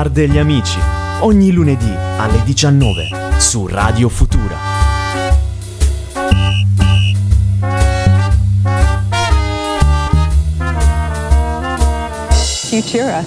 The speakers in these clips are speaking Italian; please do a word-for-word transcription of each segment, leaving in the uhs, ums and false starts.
Bar degli Amici, ogni lunedì alle diciannove su Radio Futura. Futura.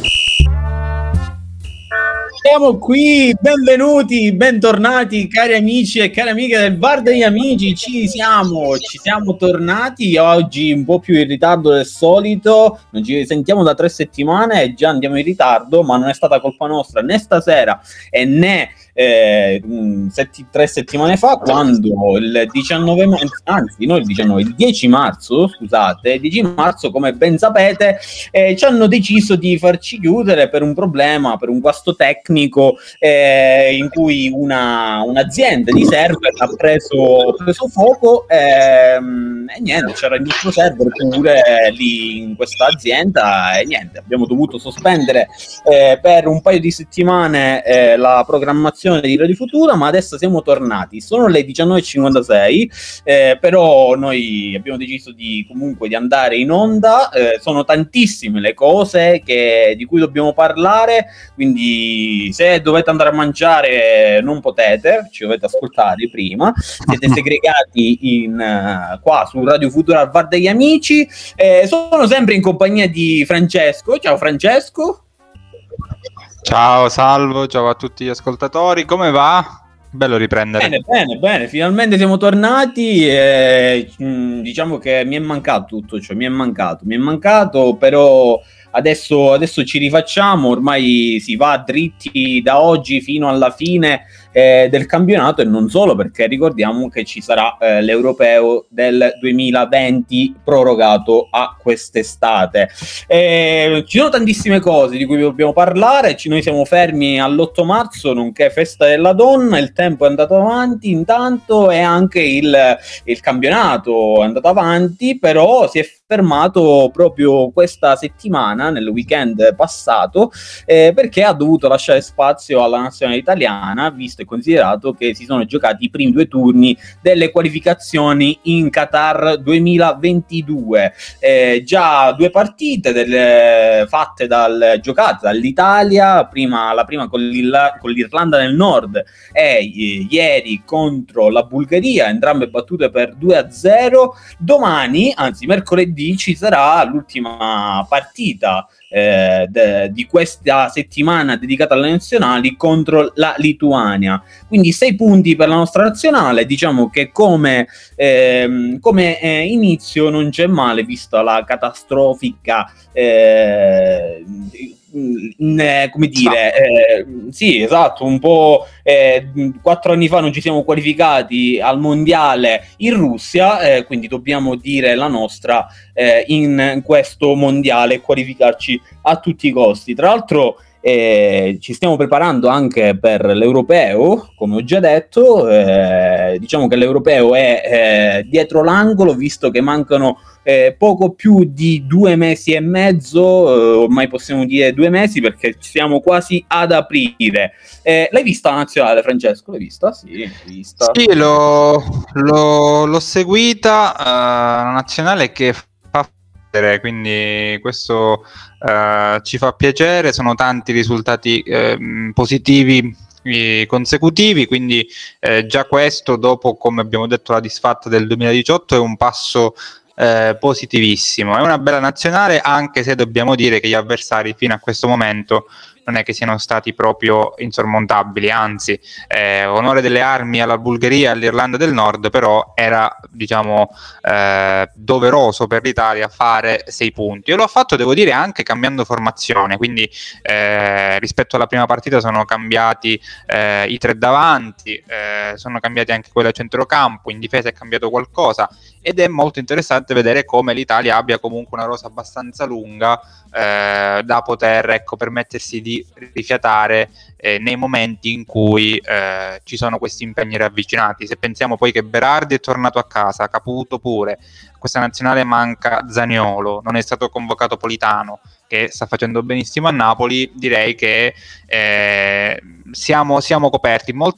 Siamo qui, benvenuti, bentornati cari amici e cari amiche del Bar degli Amici, ci siamo, ci siamo tornati oggi un po' più in ritardo del solito, non ci sentiamo da tre settimane e già andiamo in ritardo, ma non è stata colpa nostra né stasera e né eh, setti, tre settimane fa, quando il diciannove marzo, anzi no il diciannove, il dieci marzo, scusate, il dieci marzo come ben sapete eh, ci hanno deciso di farci chiudere per un problema, per un guasto tecnico Eh, in cui una, un'azienda di server ha preso, preso fuoco ehm, e niente, c'era il nostro server pure lì in questa azienda e niente, abbiamo dovuto sospendere eh, per un paio di settimane eh, la programmazione di Radio Futura, ma adesso siamo tornati, sono le diciannove e cinquantasei eh, però noi abbiamo deciso di comunque di andare in onda, eh, sono tantissime le cose che, di cui dobbiamo parlare, quindi se dovete andare a mangiare non potete, ci dovete ascoltare prima, siete segregati in, uh, qua su Radio Futura al Bar degli Amici. Eh, sono sempre in compagnia di Francesco. Ciao Francesco. Ciao, salvo, ciao a tutti gli ascoltatori, come va? Bello riprendere. Bene, bene, bene, finalmente siamo tornati e mh, diciamo che mi è mancato tutto ciò, mi è mancato, mi è mancato, però adesso, adesso ci rifacciamo, ormai si va dritti da oggi fino alla fine eh, del campionato e non solo, perché ricordiamo che ci sarà eh, l'Europeo del duemilaventi prorogato a quest'estate. Eh, ci sono tantissime cose di cui dobbiamo parlare, ci, noi siamo fermi all'otto marzo, nonché festa della donna, il tempo è andato avanti intanto e anche il, il campionato è andato avanti, però si è fermato proprio questa settimana, nel weekend passato, eh, perché ha dovuto lasciare spazio alla nazionale italiana, visto e considerato che si sono giocati i primi due turni delle qualificazioni in Qatar duemilaventidue. Eh, già due partite delle, fatte dal, giocate dall'Italia, prima, la prima con, l'Irla, con l'Irlanda del Nord e eh, ieri contro la Bulgaria, entrambe battute per due a zero. Domani, anzi mercoledì, ci sarà l'ultima partita eh, de, di questa settimana dedicata alle nazionali contro la Lituania, quindi sei punti per la nostra nazionale. Diciamo che come, eh, come eh, inizio non c'è male, vista la catastrofica eh, In, eh, come dire, eh, sì, esatto, un po' eh, quattro anni fa non ci siamo qualificati al mondiale in Russia, eh, quindi dobbiamo dire la nostra eh, in questo mondiale e qualificarci a tutti i costi. Tra l'altro eh, ci stiamo preparando anche per l'Europeo, come ho già detto, eh, diciamo che l'Europeo è eh, dietro l'angolo, visto che mancano Eh, poco più di due mesi e mezzo, eh, ormai possiamo dire due mesi perché siamo quasi ad aprire. Eh, l'hai vista la nazionale, Francesco? L'hai vista? Sì, l'hai vista. Sì, l'ho, l'ho, l'ho seguita, uh, la nazionale che fa vedere, quindi questo uh, ci fa piacere, sono tanti risultati uh, positivi consecutivi, quindi eh, già questo, dopo, come abbiamo detto, la disfatta del duemiladiciotto, è un passo Eh, positivissimo. È una bella nazionale, anche se dobbiamo dire che gli avversari fino a questo momento non è che siano stati proprio insormontabili, anzi eh, onore delle armi alla Bulgaria e all'Irlanda del Nord, però era, diciamo, eh, doveroso per l'Italia fare sei punti, e lo ha fatto, devo dire, anche cambiando formazione, quindi eh, rispetto alla prima partita sono cambiati eh, i tre davanti, eh, sono cambiati anche quelli a centrocampo, in difesa è cambiato qualcosa, ed è molto interessante vedere come l'Italia abbia comunque una rosa abbastanza lunga eh, da poter, ecco, permettersi di rifiatare eh, nei momenti in cui eh, ci sono questi impegni ravvicinati. Se pensiamo poi che Berardi è tornato a casa, Caputo pure, questa nazionale manca Zaniolo, non è stato convocato Politano, che sta facendo benissimo a Napoli, direi che eh, siamo, siamo coperti. Molti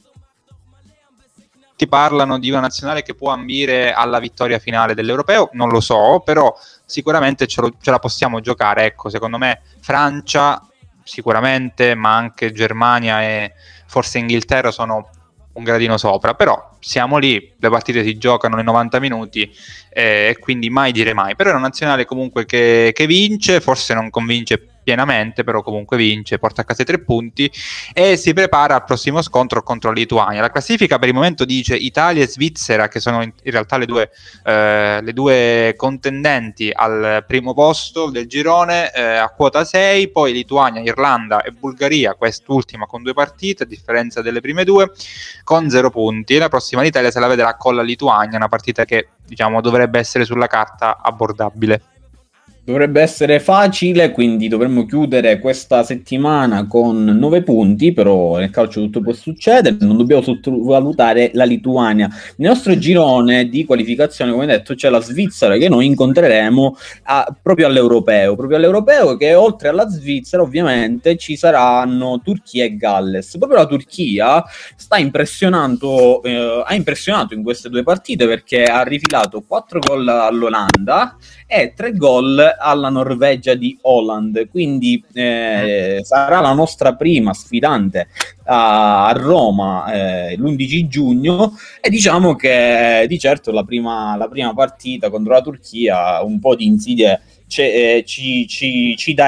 parlano di una nazionale che può ambire alla vittoria finale dell'Europeo, non lo so, però sicuramente ce, lo, ce la possiamo giocare. Ecco, secondo me Francia sicuramente, ma anche Germania e forse Inghilterra sono un gradino sopra, però siamo lì, le partite si giocano nei novanta minuti eh, e quindi mai dire mai. Però è una nazionale comunque che, che vince, forse non convince pienamente, però comunque vince, porta a casa i tre punti e si prepara al prossimo scontro contro la Lituania. La classifica per il momento dice Italia e Svizzera, che sono in, in realtà le due, eh, le due contendenti al primo posto del girone, eh, a quota sei, poi Lituania, Irlanda e Bulgaria, quest'ultima con due partite, a differenza delle prime due, con zero punti. La prossima l'Italia se la vedrà con la Lituania, una partita che diciamo dovrebbe essere sulla carta abbordabile. Dovrebbe essere facile, quindi dovremmo chiudere questa settimana con nove punti, però nel calcio tutto può succedere, non dobbiamo sottovalutare la Lituania. Nel nostro girone di qualificazione, come detto, c'è la Svizzera che noi incontreremo a, proprio all'Europeo, proprio all'Europeo che oltre alla Svizzera ovviamente ci saranno Turchia e Galles. Proprio la Turchia sta impressionando, eh, ha impressionato in queste due partite perché ha rifilato quattro gol all'Olanda e tre gol alla Norvegia di Holland, quindi eh, sarà la nostra prima sfidante a, a Roma eh, l'undici giugno e diciamo che di certo la prima, la prima partita contro la Turchia un po' di insidie eh, ci, ci, ci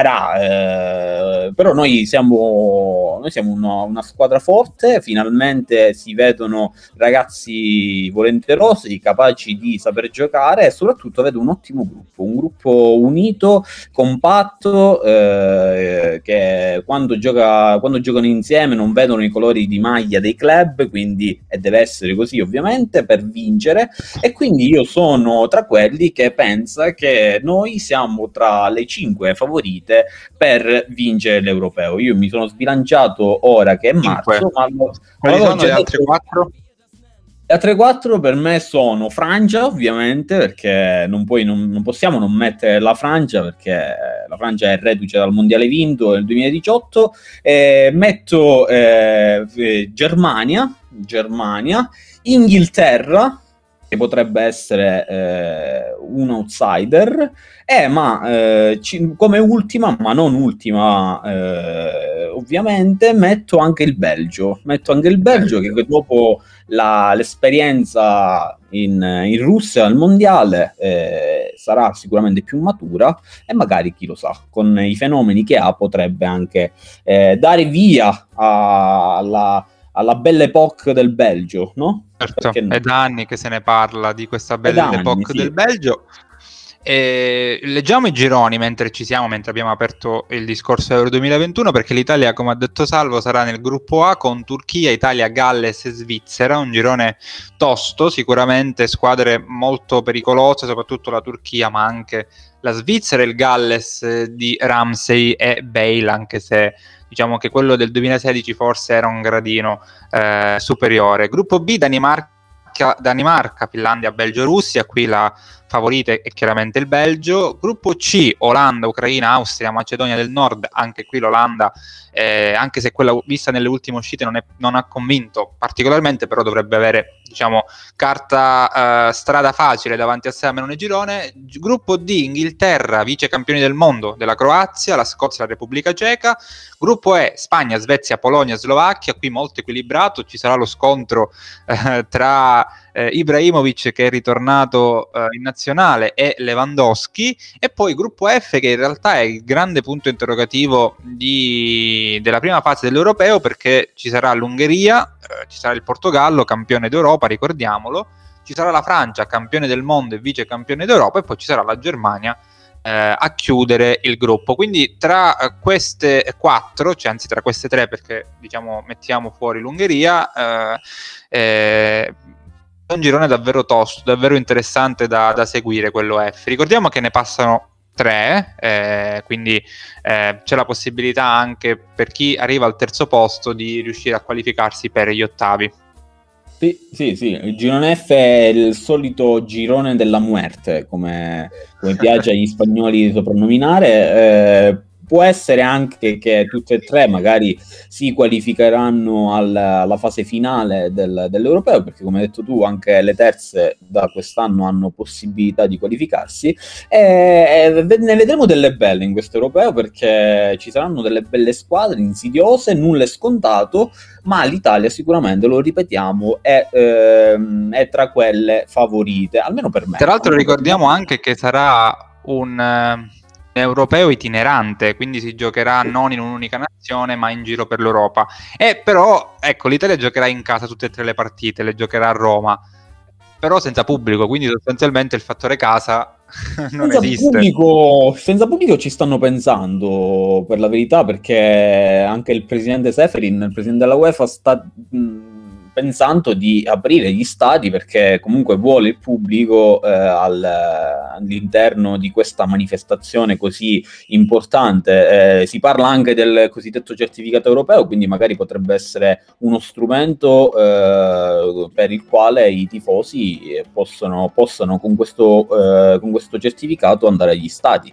darà, eh, però noi siamo, noi siamo una, una squadra forte, finalmente si vedono ragazzi volenterosi, capaci di saper giocare e soprattutto vedo un ottimo gruppo, un gruppo unito, compatto, eh, che quando, gioca, quando giocano insieme non vedono i colori di maglia dei club, quindi e deve essere così ovviamente per vincere, e quindi io sono tra quelli che pensa che noi siamo tra le cinque favorite per vincere l'Europeo. Io mi sono sbilanciato ora che è marzo, ma lo, quali sono le altre quattro? Le altre quattro per me sono Francia, ovviamente, perché non, puoi, non, non possiamo non mettere la Francia, perché la Francia è reduce dal mondiale vinto nel duemiladiciotto. Eh, metto eh, Germania, Germania, Inghilterra, che potrebbe essere eh, un outsider, eh, ma eh, ci, come ultima, ma non ultima, eh, ovviamente, metto anche il Belgio. Metto anche il Belgio, che dopo la, l'esperienza in, in Russia al mondiale eh, sarà sicuramente più matura e magari, chi lo sa, con i fenomeni che ha potrebbe anche eh, dare via a, alla alla belle époque del Belgio, no? Certo, no? È da anni che se ne parla di questa belle anni, époque sì. del Belgio. E leggiamo i gironi mentre ci siamo, mentre abbiamo aperto il discorso Euro duemilaventuno, perché l'Italia, come ha detto Salvo, sarà nel gruppo A con Turchia, Italia, Galles e Svizzera, un girone tosto, sicuramente squadre molto pericolose, soprattutto la Turchia, ma anche la Svizzera, il Galles di Ramsey e Bale, anche se diciamo che quello del duemilasedici forse era un gradino eh, superiore. Gruppo B, Danimarca, Danimarca, Finlandia, Belgio, Russia, qui la favorita è chiaramente il Belgio. Gruppo C, Olanda, Ucraina, Austria, Macedonia del Nord, anche qui l'Olanda, eh, anche se quella vista nelle ultime uscite non, è, non ha convinto particolarmente, però dovrebbe avere diciamo carta eh, strada facile davanti a sé almeno nel girone. Gruppo D, Inghilterra, vice campioni del mondo della Croazia, la Scozia e la Repubblica Ceca. Gruppo E, Spagna, Svezia, Polonia, Slovacchia, qui molto equilibrato, ci sarà lo scontro eh, tra eh, Ibrahimovic, che è ritornato eh, in nazionale, e Lewandowski. E poi gruppo F, che in realtà è il grande punto interrogativo di, della prima fase dell'Europeo, perché ci sarà l'Ungheria, eh, ci sarà il Portogallo, campione d'Europa, ricordiamolo, ci sarà la Francia, campione del mondo e vice campione d'Europa, e poi ci sarà la Germania eh, a chiudere il gruppo. Quindi tra eh, queste quattro, cioè anzi tra queste tre, perché diciamo mettiamo fuori l'Ungheria, eh, eh, è un girone davvero tosto, davvero interessante da, da seguire quello F. Ricordiamo che ne passano tre, eh, quindi eh, c'è la possibilità anche per chi arriva al terzo posto di riuscire a qualificarsi per gli ottavi. Sì, sì, sì, il girone F è il solito girone della muerte, come, come piace agli spagnoli soprannominare, eh, può essere anche che tutte e tre magari si qualificheranno al, alla fase finale del, dell'Europeo, perché come hai detto tu anche le terze da quest'anno hanno possibilità di qualificarsi, e, e ne vedremo delle belle in questo Europeo, perché ci saranno delle belle squadre insidiose, nulla è scontato, ma l'Italia sicuramente, lo ripetiamo, è, ehm, è tra quelle favorite, almeno per me. Tra l'altro ricordiamo anche che sarà un uh, europeo itinerante, quindi si giocherà non in un'unica nazione ma in giro per l'Europa, e però ecco, l'Italia giocherà in casa tutte e tre le partite, le giocherà a Roma, però senza pubblico, quindi sostanzialmente il fattore casa non senza esiste. Pubblico, senza pubblico ci stanno pensando, per la verità, perché anche il presidente Seferin, il presidente della UEFA, sta mh, pensando di aprire gli stadi, perché comunque vuole il pubblico eh, al, all'interno di questa manifestazione così importante. Eh, si parla anche del cosiddetto certificato europeo, quindi magari potrebbe essere uno strumento eh, per il quale i tifosi possono, possono con questo, eh, con questo certificato andare agli stadi.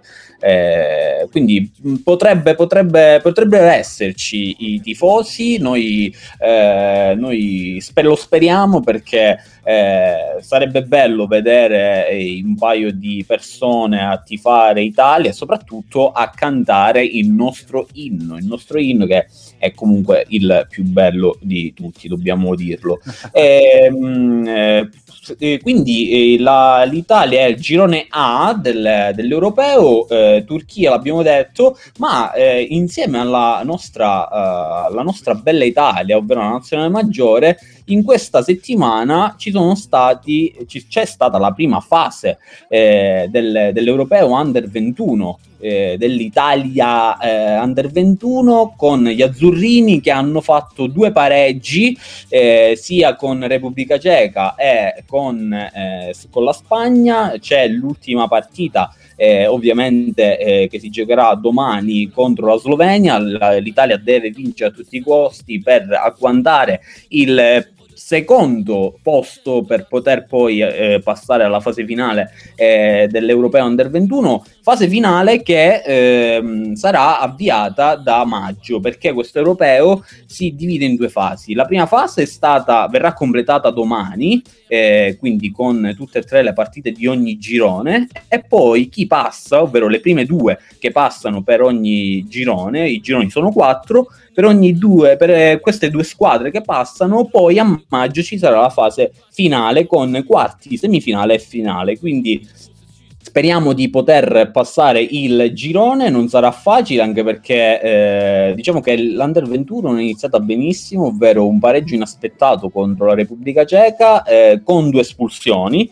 Eh, quindi potrebbe, potrebbe, potrebbero esserci i tifosi, noi, eh, noi sper- lo speriamo, perché eh, sarebbe bello vedere eh, un paio di persone a tifare Italia e soprattutto a cantare il nostro inno, il nostro inno che è comunque il più bello di tutti, dobbiamo dirlo. E, mh, eh, Eh, quindi eh, la, l'Italia è il girone A del, dell'Europeo, eh, Turchia l'abbiamo detto, ma eh, insieme alla nostra, uh, alla nostra bella Italia, ovvero la nazionale maggiore, in questa settimana ci sono stati, ci, c'è stata la prima fase eh, del, dell'Europeo Under ventuno, eh, dell'Italia eh, Under ventuno, con gli azzurrini che hanno fatto due pareggi eh, sia con Repubblica Ceca e con, eh, con la Spagna. C'è l'ultima partita Eh, ovviamente eh, che si giocherà domani contro la Slovenia. L'Italia deve vincere a tutti i costi per agguantare il secondo posto per poter poi eh, passare alla fase finale eh, dell'Europeo Under ventuno, fase finale che eh, sarà avviata da maggio, perché questo Europeo si divide in due fasi. La prima fase è stata, verrà completata domani, eh, quindi con tutte e tre le partite di ogni girone, e poi chi passa, ovvero le prime due che passano per ogni girone, i gironi sono quattro, per ogni due, per queste due squadre che passano, poi a maggio ci sarà la fase finale con quarti, semifinale e finale. Quindi speriamo di poter passare il girone, non sarà facile, anche perché eh, diciamo che l'Under ventuno non è iniziata benissimo, ovvero un pareggio inaspettato contro la Repubblica Ceca eh, con due espulsioni,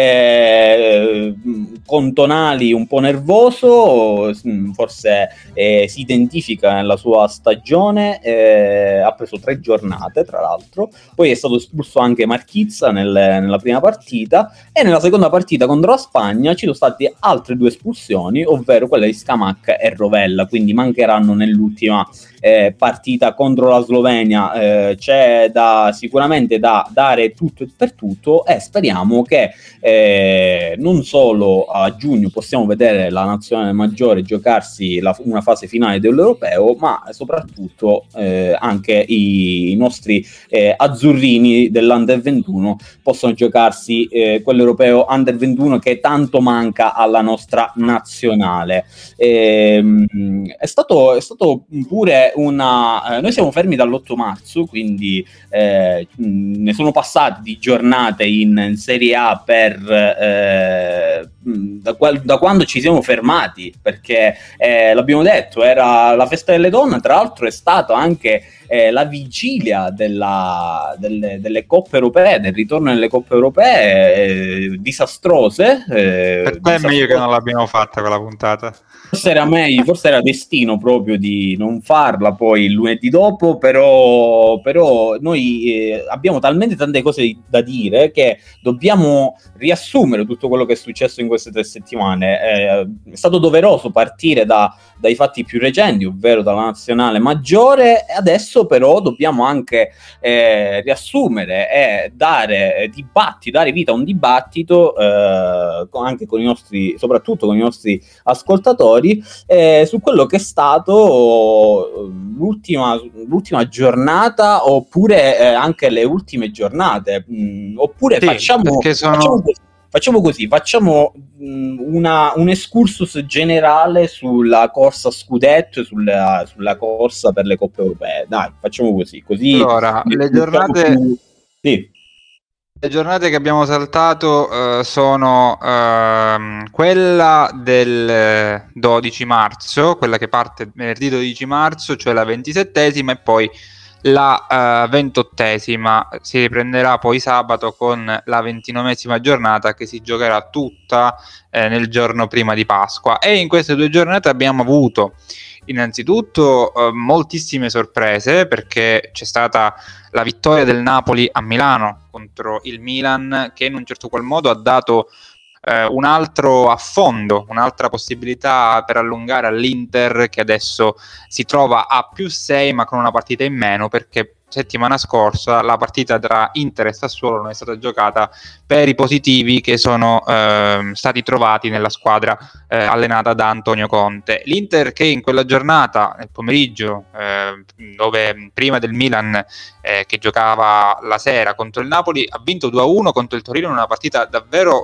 eh, con Tonali un po' nervoso, forse eh, si identifica nella sua stagione, eh, ha preso tre giornate tra l'altro, poi è stato espulso anche Marchizza nel, nella prima partita, e nella seconda partita contro la Spagna ci sono state altre due espulsioni, ovvero quella di Scamacca e Rovella, quindi mancheranno nell'ultima eh, partita contro la Slovenia. Eh, c'è da, sicuramente da dare tutto per tutto, e speriamo che eh, non solo a giugno possiamo vedere la nazionale maggiore giocarsi la, una fase finale dell'Europeo, ma soprattutto eh, anche i, i nostri eh, azzurrini dell'Under ventuno possono giocarsi eh, quell'Europeo Under ventuno che tanto manca alla nostra nazionale. E, è stato, è stato pure una eh, noi siamo fermi dall'otto marzo, quindi eh, ne sono passate di giornate in, in Serie A per eh, da, da quando ci siamo fermati, perché eh, l'abbiamo detto, era la festa delle donne, tra l'altro è stato anche eh, la vigilia della, delle, delle coppe europee, del ritorno delle coppe europee, eh, disastrose. Eh, per te è meglio che non l'abbiamo fatta quella puntata. Forse era meglio, forse era destino proprio di non farla poi il lunedì dopo, però, però noi eh, abbiamo talmente tante cose da dire che dobbiamo riassumere tutto quello che è successo successo in queste tre settimane. Eh, è stato doveroso partire da, dai fatti più recenti, ovvero dalla nazionale maggiore, e adesso però dobbiamo anche eh, riassumere e dare dibattito, dare vita a un dibattito eh, con, anche con i nostri, soprattutto con i nostri ascoltatori, eh, su quello che è stato l'ultima, l'ultima giornata, oppure eh, anche le ultime giornate. Mm, oppure sì, facciamo, sono... facciamo così, facciamo, così, facciamo una, un excursus generale sulla corsa scudetto e sulla, sulla corsa per le coppe europee. Dai, facciamo così. così allora, le giornate... Più... Sì. Le giornate che abbiamo saltato uh, sono uh, quella del dodici marzo, quella che parte venerdì dodici marzo, cioè la ventisettesima, e poi la uh, ventottesima. Si riprenderà poi sabato con la ventinovesima giornata, che si giocherà tutta eh, nel giorno prima di Pasqua. E in queste due giornate abbiamo avuto innanzitutto uh, moltissime sorprese, perché c'è stata la vittoria del Napoli a Milano contro il Milan, che in un certo qual modo ha dato eh, un altro affondo, un'altra possibilità per allungare all'Inter, che adesso si trova a più sei ma con una partita in meno, perché settimana scorsa la partita tra Inter e Sassuolo non è stata giocata per i positivi che sono eh, stati trovati nella squadra eh, allenata da Antonio Conte. L'Inter, che in quella giornata, nel pomeriggio, eh, dove prima del Milan eh, che giocava la sera contro il Napoli, ha vinto due a uno contro il Torino in una partita davvero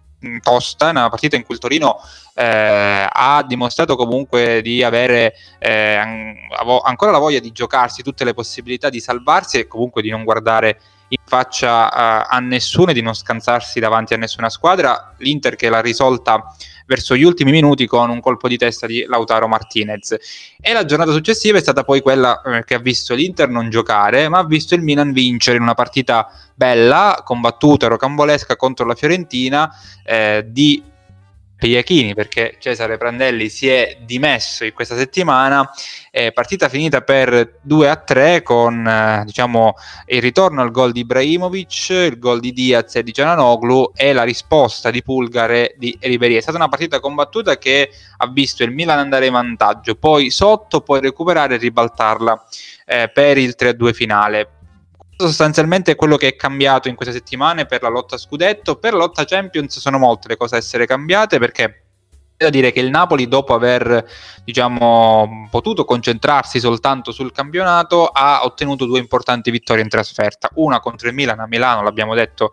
tosta, una partita in cui il Torino eh, ha dimostrato comunque di avere eh, an- ancora la voglia di giocarsi tutte le possibilità di salvarsi, e comunque di non guardare in faccia uh, a nessuno e di non scansarsi davanti a nessuna squadra. L'Inter che l'ha risolta verso gli ultimi minuti con un colpo di testa di Lautaro Martinez. E la giornata successiva è stata poi quella eh, che ha visto l'Inter non giocare, ma ha visto il Milan vincere in una partita bella, combattuta, rocambolesca contro la Fiorentina, eh, di Pigliachini, perché Cesare Prandelli si è dimesso in questa settimana. Eh, partita finita per due a tre con eh, diciamo il ritorno al gol di Ibrahimovic, il gol di Diaz e di Cialanoglu e la risposta di Pulgar e di Ribéry. È stata una partita combattuta che ha visto il Milan andare in vantaggio, poi sotto, poi recuperare e ribaltarla eh, per il tre a due finale. Sostanzialmente quello che è cambiato in queste settimane per la lotta a scudetto. Per la lotta Champions sono molte le cose a essere cambiate, perché è da dire che il Napoli, dopo aver diciamo potuto concentrarsi soltanto sul campionato, ha ottenuto due importanti vittorie in trasferta, una contro il Milan a Milano, l'abbiamo detto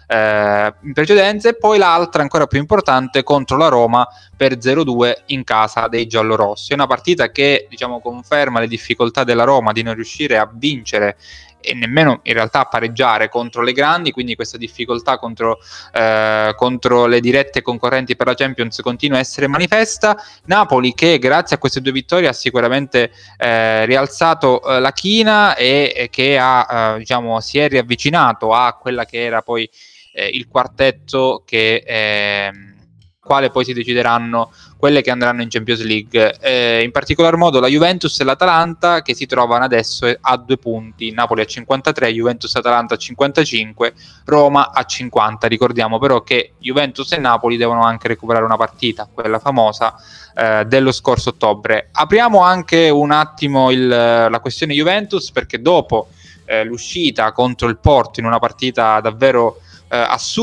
eh, in precedenza, e poi l'altra ancora più importante contro la Roma per zero due in casa dei giallorossi. È una partita che diciamo conferma le difficoltà della Roma di non riuscire a vincere e nemmeno in realtà a pareggiare contro le grandi, quindi questa difficoltà contro, eh, contro le dirette concorrenti per la Champions continua a essere manifesta. Napoli che grazie a queste due vittorie ha sicuramente eh, rialzato eh, la china e, e che ha, eh, diciamo, si è riavvicinato a quella che era poi eh, il quartetto che eh, quale poi si decideranno quelle che andranno in Champions League, eh, in particolar modo la Juventus e l'Atalanta, che si trovano adesso a due punti, Napoli a cinquantatré, Juventus e Atalanta a cinquantacinque, Roma a cinquanta. Ricordiamo però che Juventus e Napoli devono anche recuperare una partita, quella famosa eh, dello scorso ottobre. Apriamo anche un attimo il, la questione Juventus, perché dopo eh, l'uscita contro il Porto in una partita davvero eh,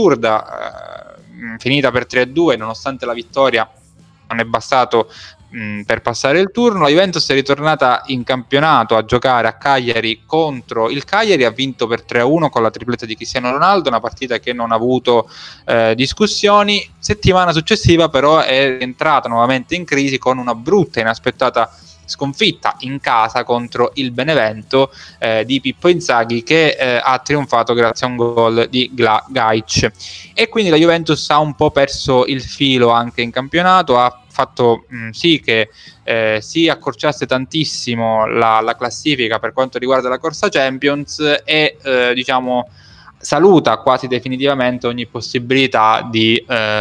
assurda, eh, finita per tre a due, nonostante la vittoria non è bastato mh, per passare il turno, la Juventus è ritornata in campionato a giocare a Cagliari contro il Cagliari, ha vinto per tre a uno con la tripletta di Cristiano Ronaldo, una partita che non ha avuto eh, discussioni. Settimana successiva però è entrata nuovamente in crisi con una brutta e inaspettata sconfitta in casa contro il Benevento eh, di Pippo Inzaghi, che eh, ha trionfato grazie a un gol di Gla- Gaic. E quindi la Juventus ha un po' perso il filo anche in campionato, ha fatto mh, sì che eh, si accorciasse tantissimo la, la classifica per quanto riguarda la corsa Champions e eh, diciamo saluta quasi definitivamente ogni possibilità di,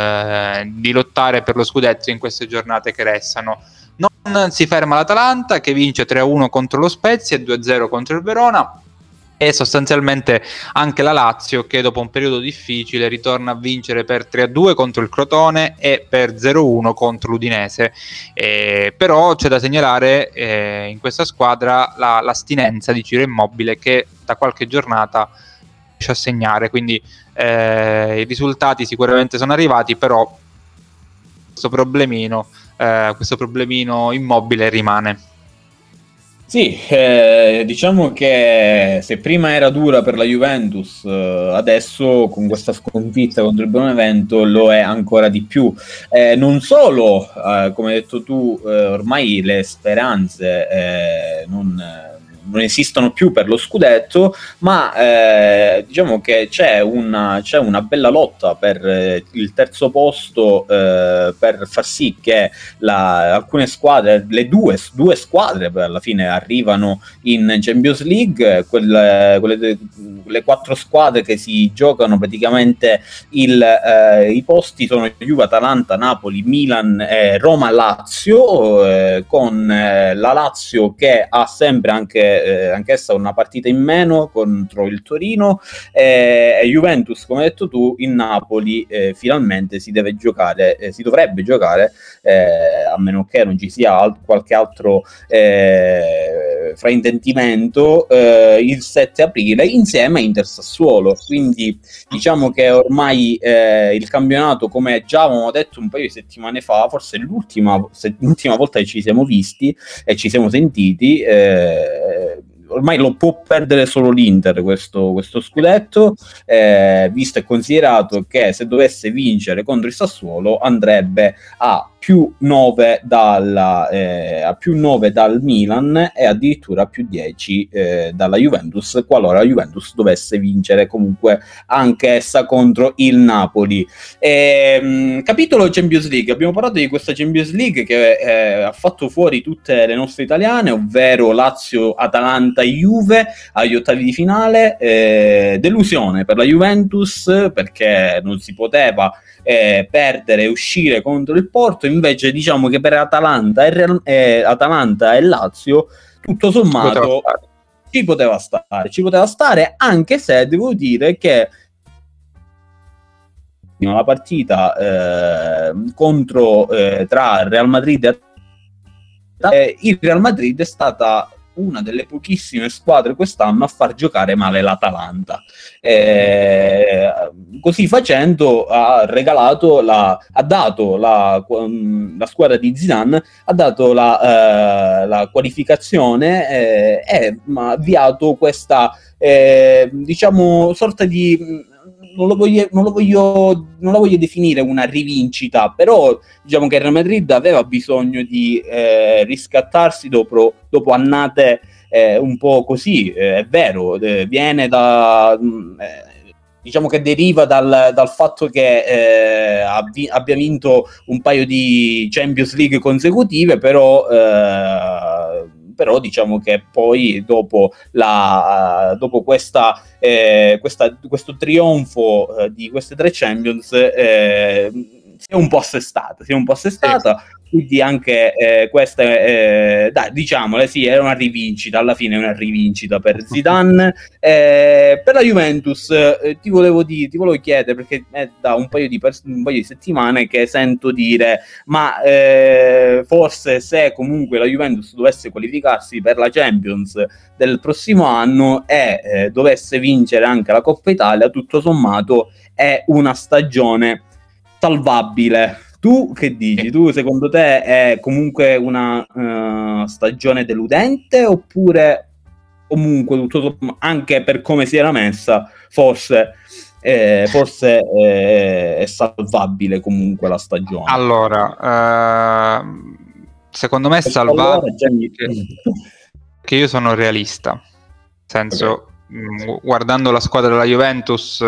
eh, di lottare per lo scudetto in queste giornate che restano. Non si ferma l'Atalanta, che vince tre a uno contro lo Spezia e due a zero contro il Verona. e sostanzialmente anche la Lazio, che dopo un periodo difficile ritorna a vincere per tre a due contro il Crotone e per zero a uno contro l'Udinese. Eh, però c'è da segnalare eh, in questa squadra la, l'astinenza di Ciro Immobile, che da qualche giornata riesce a segnare, quindi eh, i risultati sicuramente sono arrivati, però questo problemino, eh, questo problemino Immobile rimane. Sì, eh, diciamo che se prima era dura per la Juventus, eh, adesso con questa sconfitta contro il Benevento lo è ancora di più. Eh, non solo, eh, come hai detto tu, eh, ormai le speranze eh, non, non esistono più per lo scudetto, ma eh, diciamo che c'è una, c'è una bella lotta per eh, il terzo posto, eh, per far sì che la, alcune squadre, le due, due squadre per alla fine arrivano in Champions League, quelle, quelle, le quattro squadre che si giocano praticamente il, eh, i posti sono Juve, Atalanta, Napoli, Milan, eh, Roma, Lazio, eh, con eh, la Lazio che ha sempre anche Eh, anch'essa una partita in meno contro il Torino, eh, e Juventus, come hai detto tu, in Napoli eh, finalmente si deve giocare, eh, si dovrebbe giocare, eh, a meno che non ci sia alt- qualche altro eh, fraintendimento, eh, il sette aprile insieme a Inter Sassuolo. Quindi diciamo che ormai eh, il campionato, come già avevamo detto un paio di settimane fa, forse l'ultima, se, l'ultima volta che ci siamo visti e ci siamo sentiti, eh, ormai lo può perdere solo l'Inter questo, questo scudetto, eh, visto e considerato che se dovesse vincere contro il Sassuolo andrebbe a più nove dalla, eh, a più nove dal Milan e addirittura a più dieci eh, dalla Juventus, qualora la Juventus dovesse vincere comunque anche essa contro il Napoli. E, mh, capitolo Champions League, abbiamo parlato di questa Champions League che eh, ha fatto fuori tutte le nostre italiane, ovvero Lazio, Atalanta e Juve agli ottavi di finale. Eh, delusione per la Juventus perché non si poteva eh, perdere e uscire contro il Porto. Invece diciamo che per Atalanta e, Real, eh, Atalanta e Lazio tutto sommato ci poteva stare, ci poteva stare, anche se devo dire che la partita eh, contro eh, tra Real Madrid e eh, il Real Madrid è stata una delle pochissime squadre quest'anno a far giocare male l'Atalanta. Eh, così facendo ha regalato la, ha dato la, la squadra di Zidane ha dato la, eh, la qualificazione eh, e ha avviato questa eh, diciamo sorta di Non lo, voglio, non, lo voglio, non la voglio definire una rivincita, però diciamo che il Real Madrid aveva bisogno di eh, riscattarsi dopo, dopo annate eh, un po' così, eh, è vero, eh, viene da... Eh, diciamo che deriva dal, dal fatto che eh, abbi- abbia vinto un paio di Champions League consecutive, però... Eh, però diciamo che poi dopo, la, dopo questa, eh, questa, questo trionfo eh, di queste tre Champions eh, si è un po' assestata, si è un po' assestata, sì. Quindi anche eh, questa, eh, dai, diciamole, sì, è una rivincita, alla fine è una rivincita per Zidane. Eh, per la Juventus eh, ti volevo dire, ti volevo chiedere, perché è da un paio di, pers- un paio di settimane che sento dire, ma eh, forse se comunque la Juventus dovesse qualificarsi per la Champions del prossimo anno e eh, dovesse vincere anche la Coppa Italia, tutto sommato è una stagione salvabile. Tu che dici? Tu secondo te è comunque una uh, stagione deludente, oppure comunque tutto, anche per come si era messa forse eh, forse eh, è salvabile comunque la stagione? Allora, uh, secondo me è salvabile perché, perché io sono realista, nel senso, okay. mh, guardando la squadra della Juventus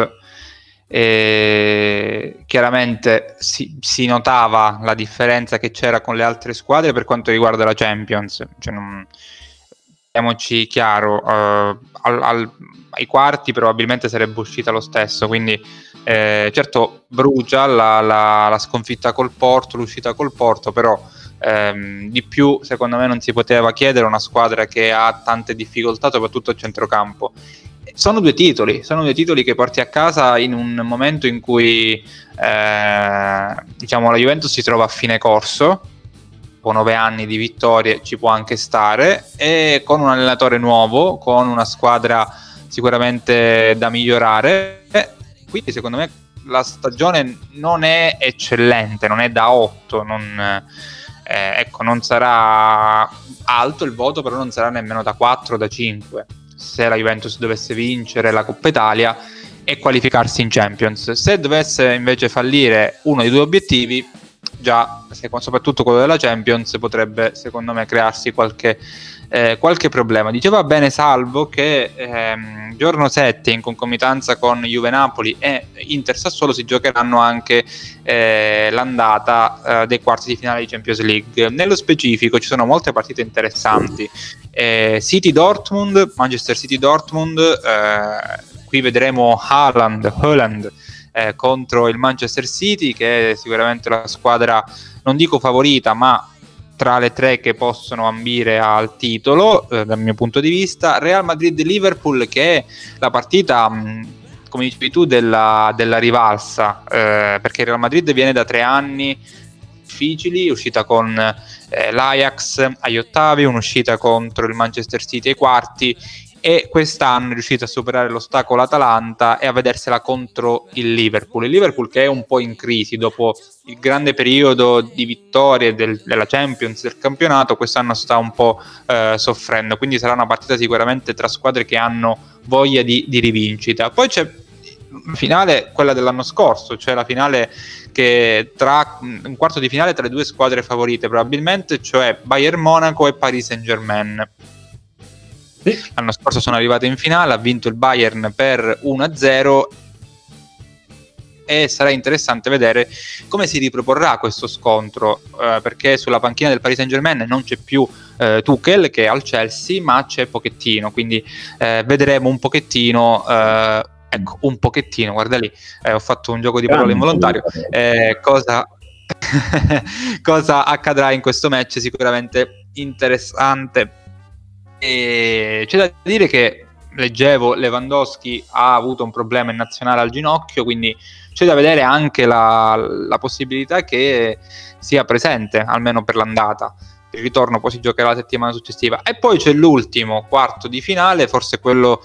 e chiaramente si, si notava la differenza che c'era con le altre squadre per quanto riguarda la Champions, cioè non, diamoci chiaro, uh, al, al, ai quarti probabilmente sarebbe uscita lo stesso, quindi eh, certo brucia la, la, la sconfitta col Porto, l'uscita col Porto, però ehm, di più secondo me non si poteva chiedere a una squadra che ha tante difficoltà soprattutto a centrocampo. sono due titoli, sono due titoli che porti a casa in un momento in cui eh, diciamo la Juventus si trova a fine corso, con nove anni di vittorie ci può anche stare, e con un allenatore nuovo, con una squadra sicuramente da migliorare, quindi secondo me la stagione non è eccellente, non è da otto, non, eh, ecco, non sarà alto il voto, però non sarà nemmeno da quattro o da cinque se la Juventus dovesse vincere la Coppa Italia e qualificarsi in Champions. Se dovesse invece fallire uno dei due obiettivi, già soprattutto quello della Champions, potrebbe secondo me crearsi qualche Eh, qualche problema. Diceva bene Salvo che ehm, giorno sette, in concomitanza con Juve Napoli e Inter Sassuolo, si giocheranno anche eh, l'andata eh, dei quarti di finale di Champions League. Nello specifico ci sono molte partite interessanti, eh, City Dortmund, Manchester City Dortmund, eh, qui vedremo Haaland, Haaland eh, contro il Manchester City, che è sicuramente la squadra, non dico favorita, ma tra le tre che possono ambire al titolo, eh, dal mio punto di vista. Real Madrid-Liverpool, che è la partita, mh, come dicevi tu, della, della rivalsa, eh, perché il Real Madrid viene da tre anni difficili, uscita con eh, l'Ajax agli ottavi, un'uscita contro il Manchester City ai quarti, e quest'anno è riuscita a superare l'ostacolo Atalanta e a vedersela contro il Liverpool. Il Liverpool che è un po' in crisi dopo il grande periodo di vittorie del, della Champions, del campionato, quest'anno sta un po' eh, soffrendo, quindi sarà una partita sicuramente tra squadre che hanno voglia di, di rivincita. Poi c'è la finale, quella dell'anno scorso, cioè la finale che tra un quarto di finale tra le due squadre favorite probabilmente, cioè Bayern Monaco e Paris Saint-Germain. Sì. L'anno scorso sono arrivate in finale, ha vinto il Bayern per uno a zero, e sarà interessante vedere come si riproporrà questo scontro, eh, perché sulla panchina del Paris Saint-Germain non c'è più eh, Tuchel, che è al Chelsea, ma c'è Pochettino, quindi eh, vedremo un pochettino eh, ecco, un pochettino, guarda lì, eh, ho fatto un gioco di parole involontario, eh, cosa cosa accadrà in questo match sicuramente interessante. E c'è da dire che, leggevo, Lewandowski ha avuto un problema in nazionale al ginocchio, quindi c'è da vedere anche la, la possibilità che sia presente almeno per l'andata. Il ritorno poi si giocherà la settimana successiva, e poi c'è l'ultimo quarto di finale, forse quello,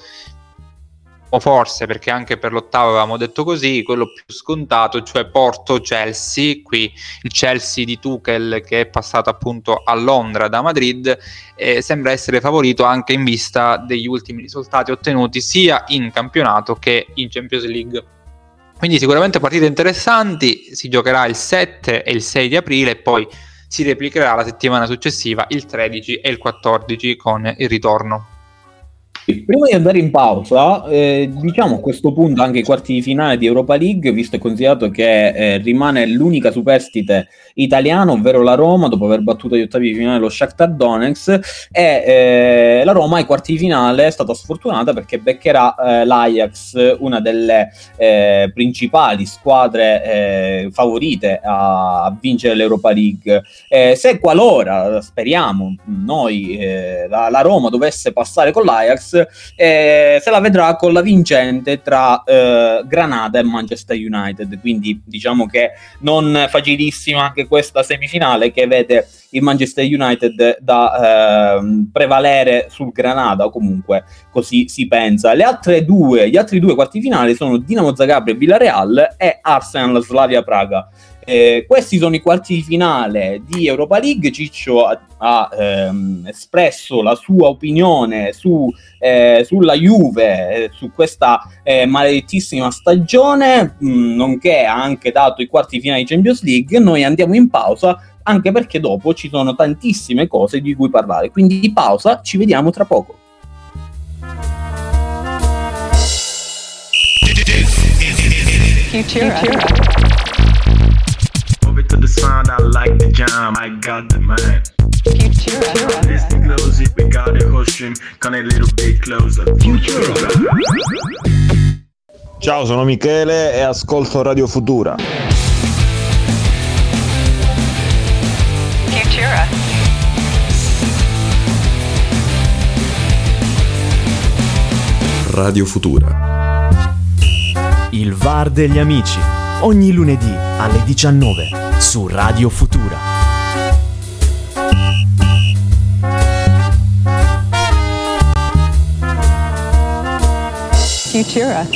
o forse perché anche per l'ottavo avevamo detto così, quello più scontato, cioè Porto-Chelsea. Qui il Chelsea di Tuchel, che è passato appunto a Londra da Madrid, eh, sembra essere favorito anche in vista degli ultimi risultati ottenuti sia in campionato che in Champions League. Quindi sicuramente partite interessanti. Si giocherà il sette e il sei di aprile, e poi si replicherà la settimana successiva, il tredici e il quattordici, con il ritorno. Prima di andare in pausa, eh, diciamo a questo punto anche i quarti di finale di Europa League, visto e considerato che eh, rimane l'unica superstite italiana, ovvero la Roma, dopo aver battuto agli ottavi di finale lo Shakhtar Donetsk, e eh, la Roma ai quarti di finale è stata sfortunata perché beccherà eh, l'Ajax, una delle eh, principali squadre eh, favorite a, a vincere l'Europa League. Eh, se qualora, speriamo noi, eh, la, la Roma dovesse passare con l'Ajax, Eh, se la vedrà con la vincente tra eh, Granada e Manchester United, quindi diciamo che non facilissima anche questa semifinale, che vede il Manchester United da eh, prevalere sul Granada, o comunque così si pensa. Le altre due, gli altri due quarti finali sono Dinamo Zagabria e Villarreal e Arsenal Slavia Praga. Eh, questi sono i quarti di finale di Europa League. Ciccio ha, ha ehm, espresso la sua opinione su, eh, sulla Juve, eh, su questa eh, maledettissima stagione, mh, nonché ha anche dato i quarti di finale di Champions League. Noi andiamo in pausa, anche perché dopo ci sono tantissime cose di cui parlare, quindi di pausa, ci vediamo tra poco. Futura. Futura. To the sound, I like the jam, I got the man. Futura. Listen close, we got the whole stream, come a little bit closer. Futura. Ciao, sono Michele e ascolto Radio Futura. Futura. Radio Futura. Il V A R degli amici, ogni lunedì alle diciannove su Radio Futura. Futura.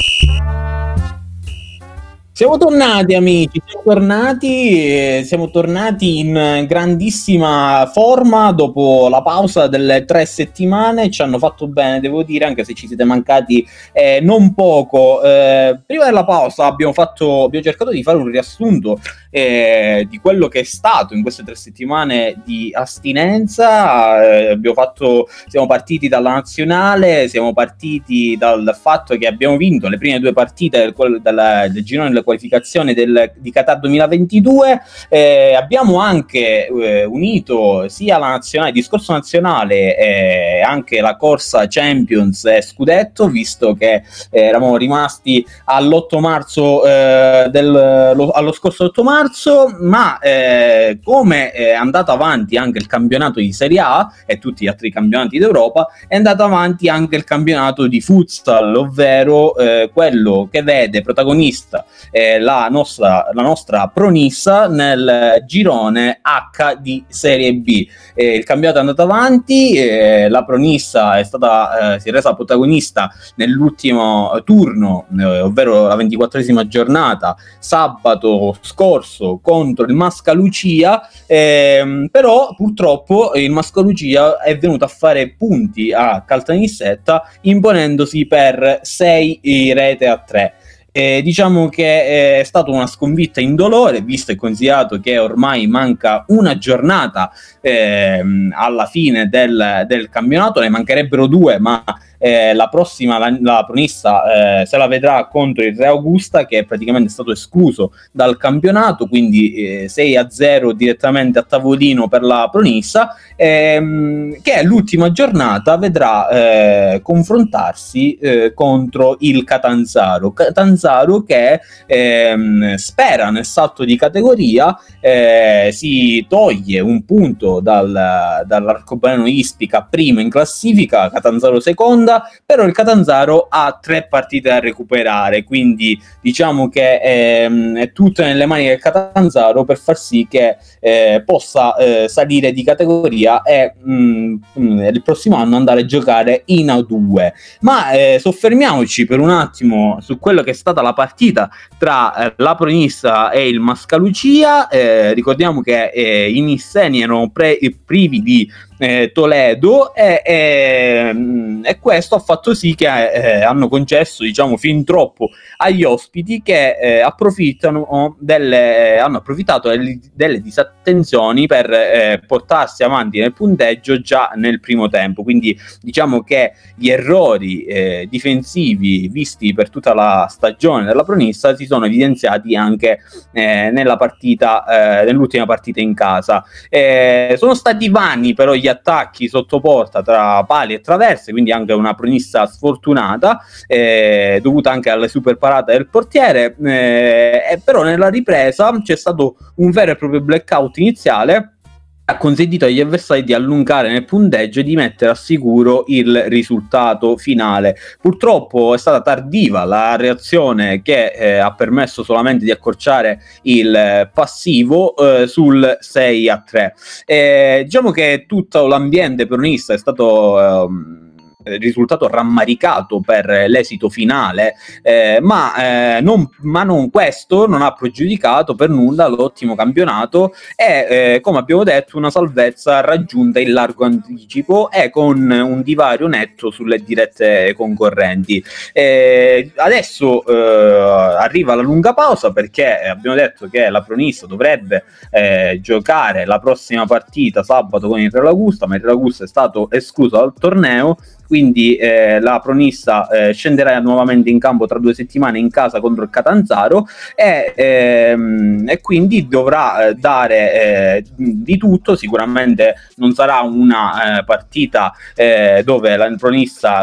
Siamo tornati amici, siamo tornati, eh, siamo tornati in grandissima forma dopo la pausa delle tre settimane, ci hanno fatto bene devo dire, anche se ci siete mancati eh, non poco. Eh, prima della pausa abbiamo, fatto, abbiamo cercato di fare un riassunto eh, di quello che è stato in queste tre settimane di astinenza. Eh, abbiamo fatto, siamo partiti dalla nazionale, siamo partiti dal fatto che abbiamo vinto le prime due partite del, del, del girone delle qualificazione del, di Qatar duemilaventidue. Eh, abbiamo anche eh, unito sia la nazionale, il discorso nazionale e eh, anche la corsa Champions e Scudetto, visto che eh, eravamo rimasti all'otto marzo eh, del, lo, allo scorso otto marzo, ma eh, come è andato avanti anche il campionato di Serie A e tutti gli altri campionati d'Europa, è andato avanti anche il campionato di futsal, ovvero eh, quello che vede protagonista La nostra, la nostra Pronissa nel girone H di Serie B. Eh, il campionato è andato avanti, eh, la Pronissa è stata, eh, si è resa protagonista nell'ultimo turno, eh, ovvero la ventiquattresima giornata, sabato scorso contro il Mascalucia, eh, però purtroppo il Mascalucia è venuto a fare punti a Caltanissetta imponendosi per sei rete a tre. Eh, diciamo che è stata una sconfitta indolore, visto e considerato che ormai manca una giornata ehm, alla fine del, del campionato, ne mancherebbero due, ma eh, la prossima la, la Pronissa eh, se la vedrà contro il Re Augusta, che è praticamente stato escluso dal campionato, quindi eh, sei a zero direttamente a tavolino per la Pronissa, ehm, che l'ultima giornata vedrà eh, confrontarsi eh, contro il Catanzaro Catanzaro che ehm, spera nel salto di categoria, eh, si toglie un punto dal, dall'arcobaleno Ispica primo in classifica, Catanzaro seconda, però il Catanzaro ha tre partite da recuperare, quindi diciamo che ehm, è tutto nelle mani del Catanzaro per far sì che eh, possa eh, salire di categoria e mh, mh, il prossimo anno andare a giocare in A due. Ma eh, soffermiamoci per un attimo su quello che è stata la partita tra eh, la Pronissa e il Mascalucia. Eh, ricordiamo che eh, i nisseni erano pre- privi di eh, Toledo e, e, e questo ha fatto sì che eh, hanno concesso, diciamo, fin troppo agli ospiti, che eh, approfittano delle, hanno approfittato delle, delle disattenzioni per eh, portarsi avanti nel punteggio già nel primo tempo. Quindi diciamo che gli errori eh, difensivi visti per tutta la stagione della Pronissa si sono evidenziati anche eh, nella partita, eh, nell'ultima partita in casa. Eh, sono stati vani però gli attacchi sotto porta tra pali e traverse, quindi anche una Pronissa sfortunata, eh, dovuta anche alle super parate del portiere, eh, e però nella ripresa c'è stato un vero e proprio blackout iniziale, ha consentito agli avversari di allungare nel punteggio e di mettere a sicuro il risultato finale. Purtroppo è stata tardiva la reazione che eh, ha permesso solamente di accorciare il eh, passivo eh, sul sei a tre. Eh, diciamo che tutto l'ambiente peronista è stato eh, risultato rammaricato per l'esito finale, eh, ma, eh, non, ma non questo non ha pregiudicato per nulla l'ottimo campionato e eh, come abbiamo detto una salvezza raggiunta in largo anticipo e con un divario netto sulle dirette concorrenti. Eh, adesso eh, arriva la lunga pausa, perché abbiamo detto che la Pronissa dovrebbe eh, giocare la prossima partita sabato con il Re Augusta, ma il Re Augusta è stato escluso dal torneo, quindi eh, la Pronissa eh, scenderà nuovamente in campo tra due settimane in casa contro il Catanzaro e, ehm, e quindi dovrà eh, dare eh, di tutto. Sicuramente non sarà una eh, partita eh, dove la Pronissa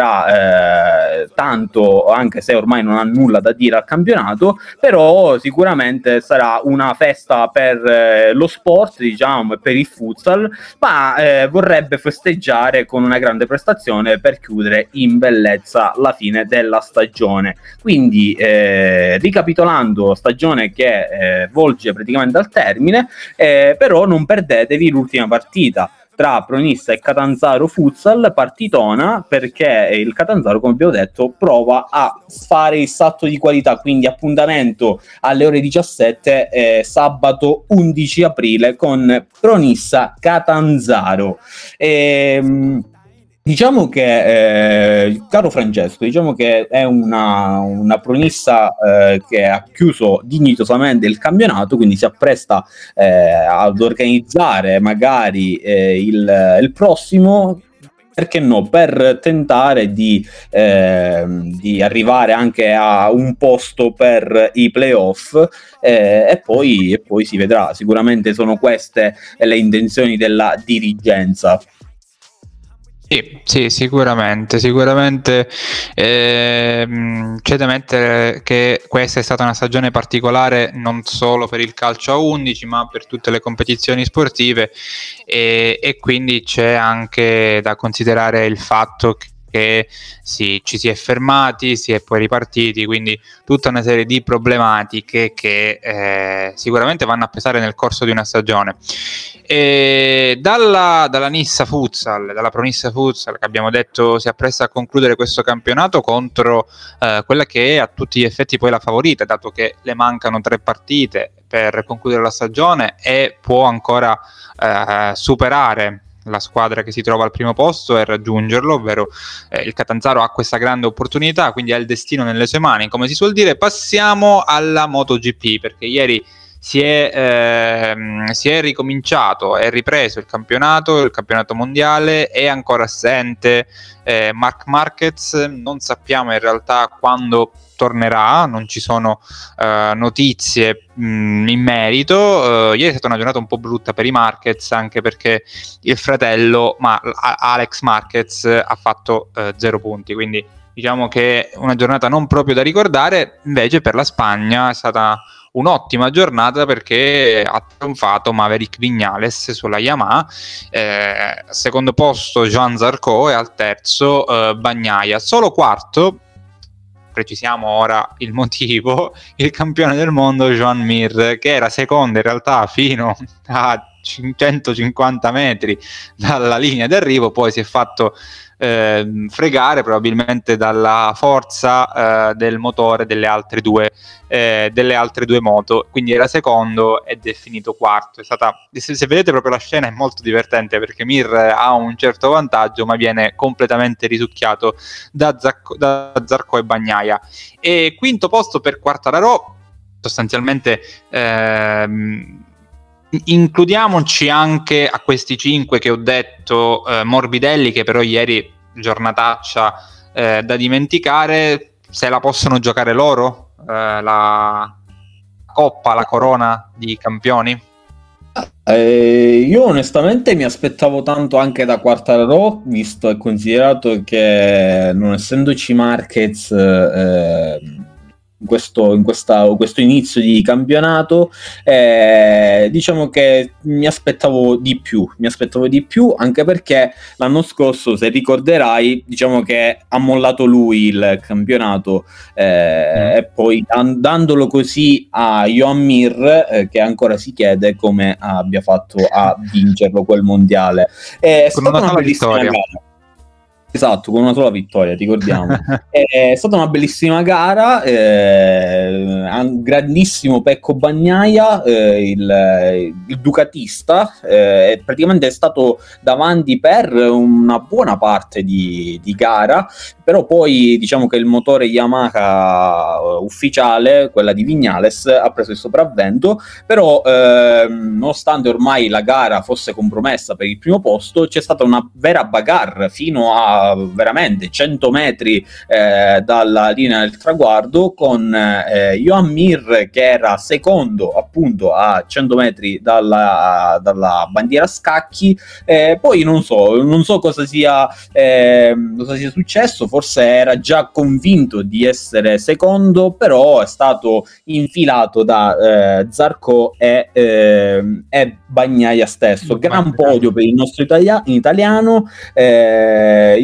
concederà eh, tanto, anche se ormai non ha nulla da dire al campionato, però sicuramente sarà una festa per eh, lo sport, diciamo, e per il futsal, ma eh, vorrebbe festeggiare con una grande prestazione qualificazione per chiudere in bellezza la fine della stagione. Quindi eh, ricapitolando, stagione che eh, volge praticamente al termine, eh, però non perdetevi l'ultima partita tra Pronissa e Catanzaro Futsal, partitona, perché il Catanzaro, come abbiamo detto, prova a fare il salto di qualità, quindi appuntamento alle ore diciassette eh, sabato undici aprile con Pronissa Catanzaro. E, diciamo che, eh, caro Francesco, diciamo che è una, una Pronissa eh, che ha chiuso dignitosamente il campionato, quindi si appresta eh, ad organizzare magari eh, il, il prossimo, perché no, per tentare di, eh, di arrivare anche a un posto per i playoff eh, e, poi, e poi si vedrà. Sicuramente sono queste le intenzioni della dirigenza. Sì, sì, sicuramente, sicuramente ehm, c'è da mettere che questa è stata una stagione particolare non solo per il calcio a undici, ma per tutte le competizioni sportive, e, e quindi c'è anche da considerare il fatto che che sì, ci si è fermati, si è poi ripartiti, quindi tutta una serie di problematiche che eh, sicuramente vanno a pesare nel corso di una stagione. E dalla, dalla Nissa Futsal, dalla Pronissa Futsal, che abbiamo detto si appresta a concludere questo campionato contro eh, quella che è a tutti gli effetti poi la favorita, dato che le mancano tre partite per concludere la stagione e può ancora eh, superare la squadra che si trova al primo posto e raggiungerlo, ovvero eh, il Catanzaro ha questa grande opportunità, quindi ha il destino nelle sue mani, come si suol dire. Passiamo alla MotoGP, perché ieri si è, ehm, si è ricominciato, è ripreso il campionato, il campionato mondiale, è ancora assente eh, Marc Marquez, non sappiamo in realtà quando tornerà, non ci sono uh, notizie mh, in merito. Uh, ieri è stata una giornata un po' brutta per i Marquez, anche perché il fratello, ma Alex Marquez, ha fatto uh, zero punti, quindi diciamo che una giornata non proprio da ricordare. Invece per la Spagna è stata un'ottima giornata, perché ha trionfato Maverick Viñales sulla Yamaha, eh, al secondo posto Joan Zarco e al terzo uh, Bagnaia, solo quarto, precisiamo ora il motivo, il campione del mondo Joan Mir, che era secondo in realtà fino a centocinquanta metri dalla linea d'arrivo, poi si è fatto eh, fregare probabilmente dalla forza eh, del motore delle altre due eh, delle altre due moto, quindi era secondo ed è finito quarto. È stata, se, se vedete proprio la scena, è molto divertente, perché Mir ha un certo vantaggio ma viene completamente risucchiato da Zarco, da Zarco e Bagnaia. E quinto posto per Quartararo, sostanzialmente ehm, includiamoci anche a questi cinque che ho detto eh, Morbidelli, che però ieri giornataccia eh, da dimenticare. Se la possono giocare loro eh, la coppa, la corona di campioni? Eh, io onestamente mi aspettavo tanto anche da Quartararo, visto e considerato che non essendoci Marquez eh, in questo, in questa, questo inizio di campionato, eh, diciamo che mi aspettavo di più, mi aspettavo di più anche perché l'anno scorso, se ricorderai, diciamo che ha mollato lui il campionato eh, mm. e poi dan- dandolo così a Joan Mir, eh, che ancora si chiede come abbia fatto a vincerlo quel mondiale. È con stata una, una bellissima vittoria. gara. Esatto, con una sola vittoria, ricordiamo. È stata una bellissima gara, eh, un grandissimo Pecco Bagnaia, eh, il, il ducatista, eh, praticamente è stato davanti per una buona parte di, di gara, però poi diciamo che il motore Yamaha uh, ufficiale, quella di Viñales, ha preso il sopravvento, però eh, nonostante ormai la gara fosse compromessa per il primo posto, c'è stata una vera bagarre fino a veramente cento metri eh, dalla linea del traguardo, con eh, Joan Mir che era secondo appunto a cento metri dalla, dalla bandiera a scacchi. Eh, poi non so, non so cosa sia, eh, cosa sia successo, forse era già convinto di essere secondo, però è stato infilato da eh, Zarco e, eh, e Bagnaia stesso. Gran podio per il nostro italia- in italiano. Eh,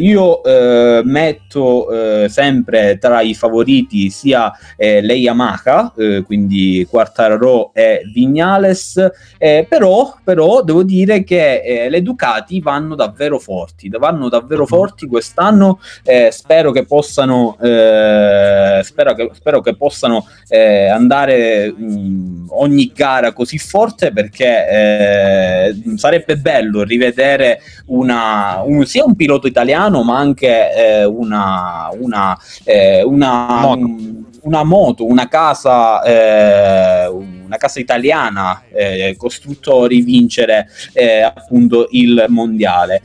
io eh, metto eh, sempre tra i favoriti sia eh, le Yamaha, eh, quindi Quartararo e Viñales, eh, però, però devo dire che eh, le Ducati vanno davvero forti, vanno davvero forti quest'anno, eh, spero che possano eh, spero, che, spero che possano eh, andare mh, ogni gara così forte, perché eh, sarebbe bello rivedere una, un, sia un pilota italiano ma anche eh, una una, eh, una, moto. Un, una moto, una casa eh, una casa italiana eh, costruttori vincere eh, appunto il mondiale.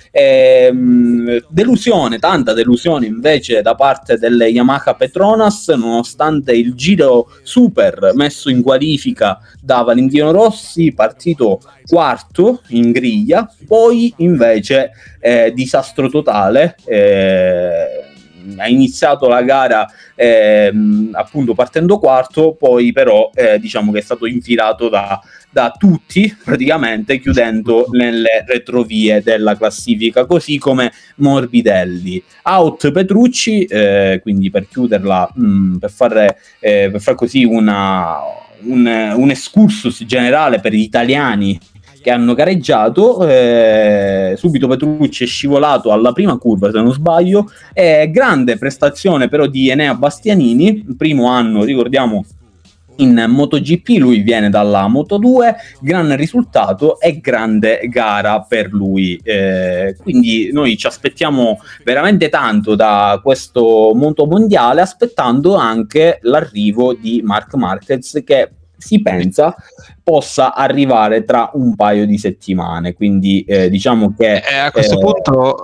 Ehm, delusione, tanta delusione invece da parte delle Yamaha Petronas, nonostante il giro super messo in qualifica da Valentino Rossi, partito quarto in griglia, poi invece eh, disastro totale. eh, ha iniziato la gara eh, appunto partendo quarto, poi però eh, diciamo che è stato infilato da, da tutti praticamente, chiudendo nelle retrovie della classifica, così come Morbidelli. Out Petrucci, eh, quindi per chiuderla, mh, per fare eh, per far così una, un, un excursus generale per gli italiani che hanno gareggiato. Eh, subito Petrucci è scivolato alla prima curva, se non sbaglio. Eh, grande prestazione però di Enea Bastianini, primo anno, ricordiamo, in MotoGP, lui viene dalla Moto due, gran risultato e grande gara per lui. Eh, quindi noi ci aspettiamo veramente tanto da questo motomondiale, aspettando anche l'arrivo di Marc Marquez, che si pensa possa arrivare tra un paio di settimane, quindi eh, diciamo che eh, a questo eh, punto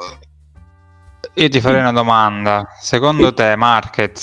io ti farei una domanda. Secondo te Marquez,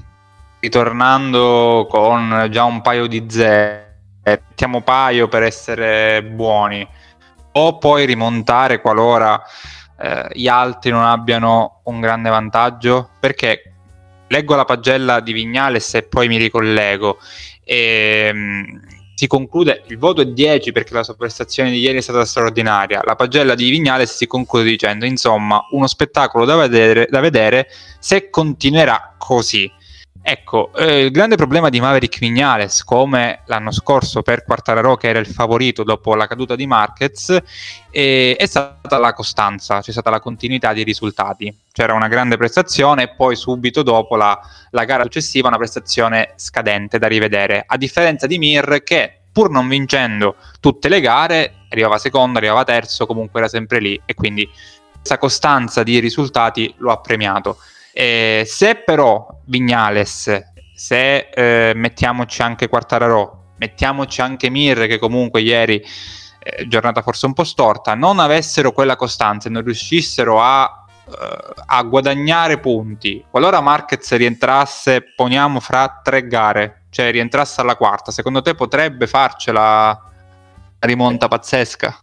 ritornando con già un paio di zeri, mettiamo paio per essere buoni, o puoi rimontare qualora eh, gli altri non abbiano un grande vantaggio? Perché leggo la pagella di Viñales e poi mi ricollego e um, si conclude, il voto è dieci perché la sua prestazione di ieri è stata straordinaria. La pagella di Viñales si conclude dicendo: insomma, uno spettacolo da vedere, da vedere se continuerà così. Ecco, eh, il grande problema di Maverick Viñales, come l'anno scorso per Quartararo, che era il favorito dopo la caduta di Marquez, eh, è stata la costanza, c'è stata la continuità di risultati. C'era una grande prestazione e poi subito dopo la, la gara successiva una prestazione scadente da rivedere, a differenza di Mir, che pur non vincendo tutte le gare arrivava secondo, arrivava terzo, comunque era sempre lì, e quindi questa costanza di risultati lo ha premiato. Eh, se però Viñales, se eh, mettiamoci anche Quartararo, mettiamoci anche Mir, che comunque ieri eh, giornata forse un po' storta, non avessero quella costanza e non riuscissero a, eh, a guadagnare punti, qualora Marquez rientrasse, poniamo fra tre gare, cioè rientrasse alla quarta, secondo te potrebbe farcela rimonta pazzesca?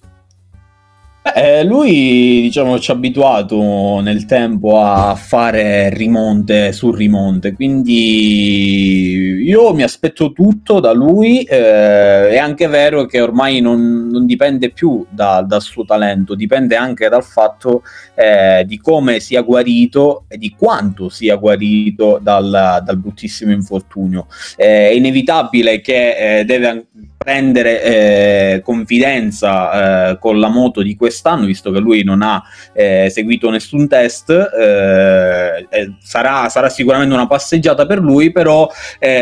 Eh, lui, diciamo, ci ha abituato nel tempo a fare rimonte su rimonte, quindi io mi aspetto tutto da lui. Eh, è anche vero che ormai non, non dipende più da, dal suo talento, dipende anche dal fatto eh, di come sia guarito e di quanto sia guarito dal, dal bruttissimo infortunio. Eh, è inevitabile che eh, deve prendere eh, confidenza eh, con la moto di quest'anno, visto che lui non ha eh, seguito nessun test. eh, eh, sarà, sarà sicuramente una passeggiata per lui, però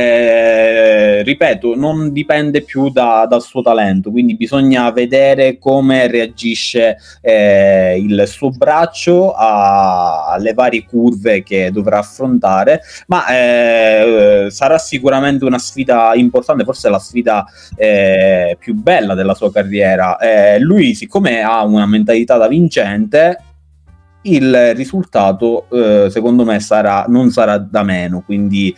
eh, ripeto, non dipende più da, dal suo talento, quindi bisogna vedere come reagisce eh, il suo braccio a, alle varie curve che dovrà affrontare, ma eh, sarà sicuramente una sfida importante, forse la sfida eh, più bella della sua carriera. Eh, lui, siccome ha una mentalità da vincente, il risultato eh, secondo me sarà, non sarà da meno, quindi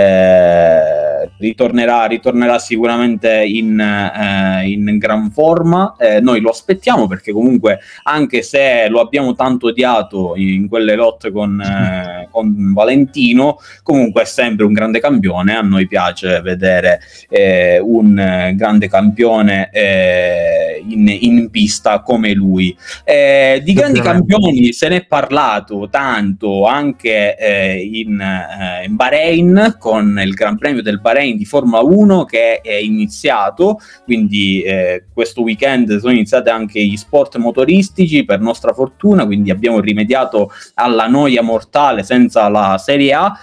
eh, ritornerà, ritornerà sicuramente in, eh, in gran forma. Eh, noi lo aspettiamo, perché comunque, anche se lo abbiamo tanto odiato in quelle lotte con, eh, con Valentino, comunque è sempre un grande campione. A noi piace vedere eh, un grande campione eh, in, in pista come lui. Eh, di grandi campioni se ne è parlato tanto anche eh, in, eh, in Bahrain, con il Gran Premio del Bahrain di Formula uno che è iniziato, quindi eh, questo weekend sono iniziati anche gli sport motoristici per nostra fortuna, quindi abbiamo rimediato alla noia mortale senza la Serie A.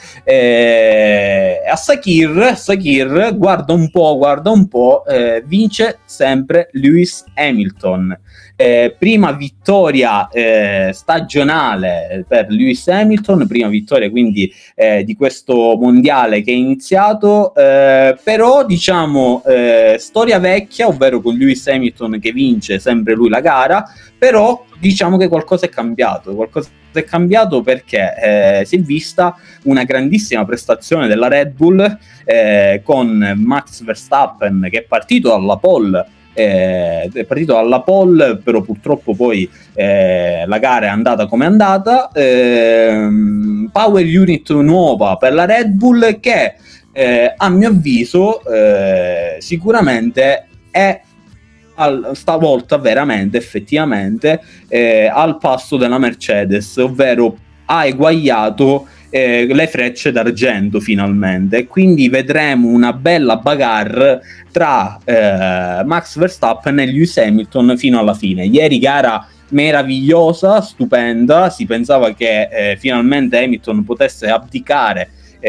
Eh, a Sakir, Sakir guarda un po', guarda un po', eh, vince sempre Lewis Hamilton. Eh, prima vittoria eh, stagionale per Lewis Hamilton, prima vittoria quindi eh, di questo mondiale che è iniziato, eh, però diciamo eh, storia vecchia, ovvero con Lewis Hamilton che vince sempre lui la gara, però diciamo che qualcosa è cambiato, qualcosa è cambiato perché eh, si è vista una grandissima prestazione della Red Bull eh, con Max Verstappen che è partito alla pole. Eh, è partito alla pole, però purtroppo poi eh, la gara è andata come è andata. Eh, power unit nuova per la Red Bull che eh, a mio avviso eh, sicuramente è al, stavolta veramente effettivamente eh, al passo della Mercedes, ovvero ha eguagliato Eh, le frecce d'argento finalmente, e quindi vedremo una bella bagarre tra eh, Max Verstappen e Lewis Hamilton fino alla fine. Ieri gara meravigliosa, stupenda, si pensava che eh, finalmente Hamilton potesse abdicare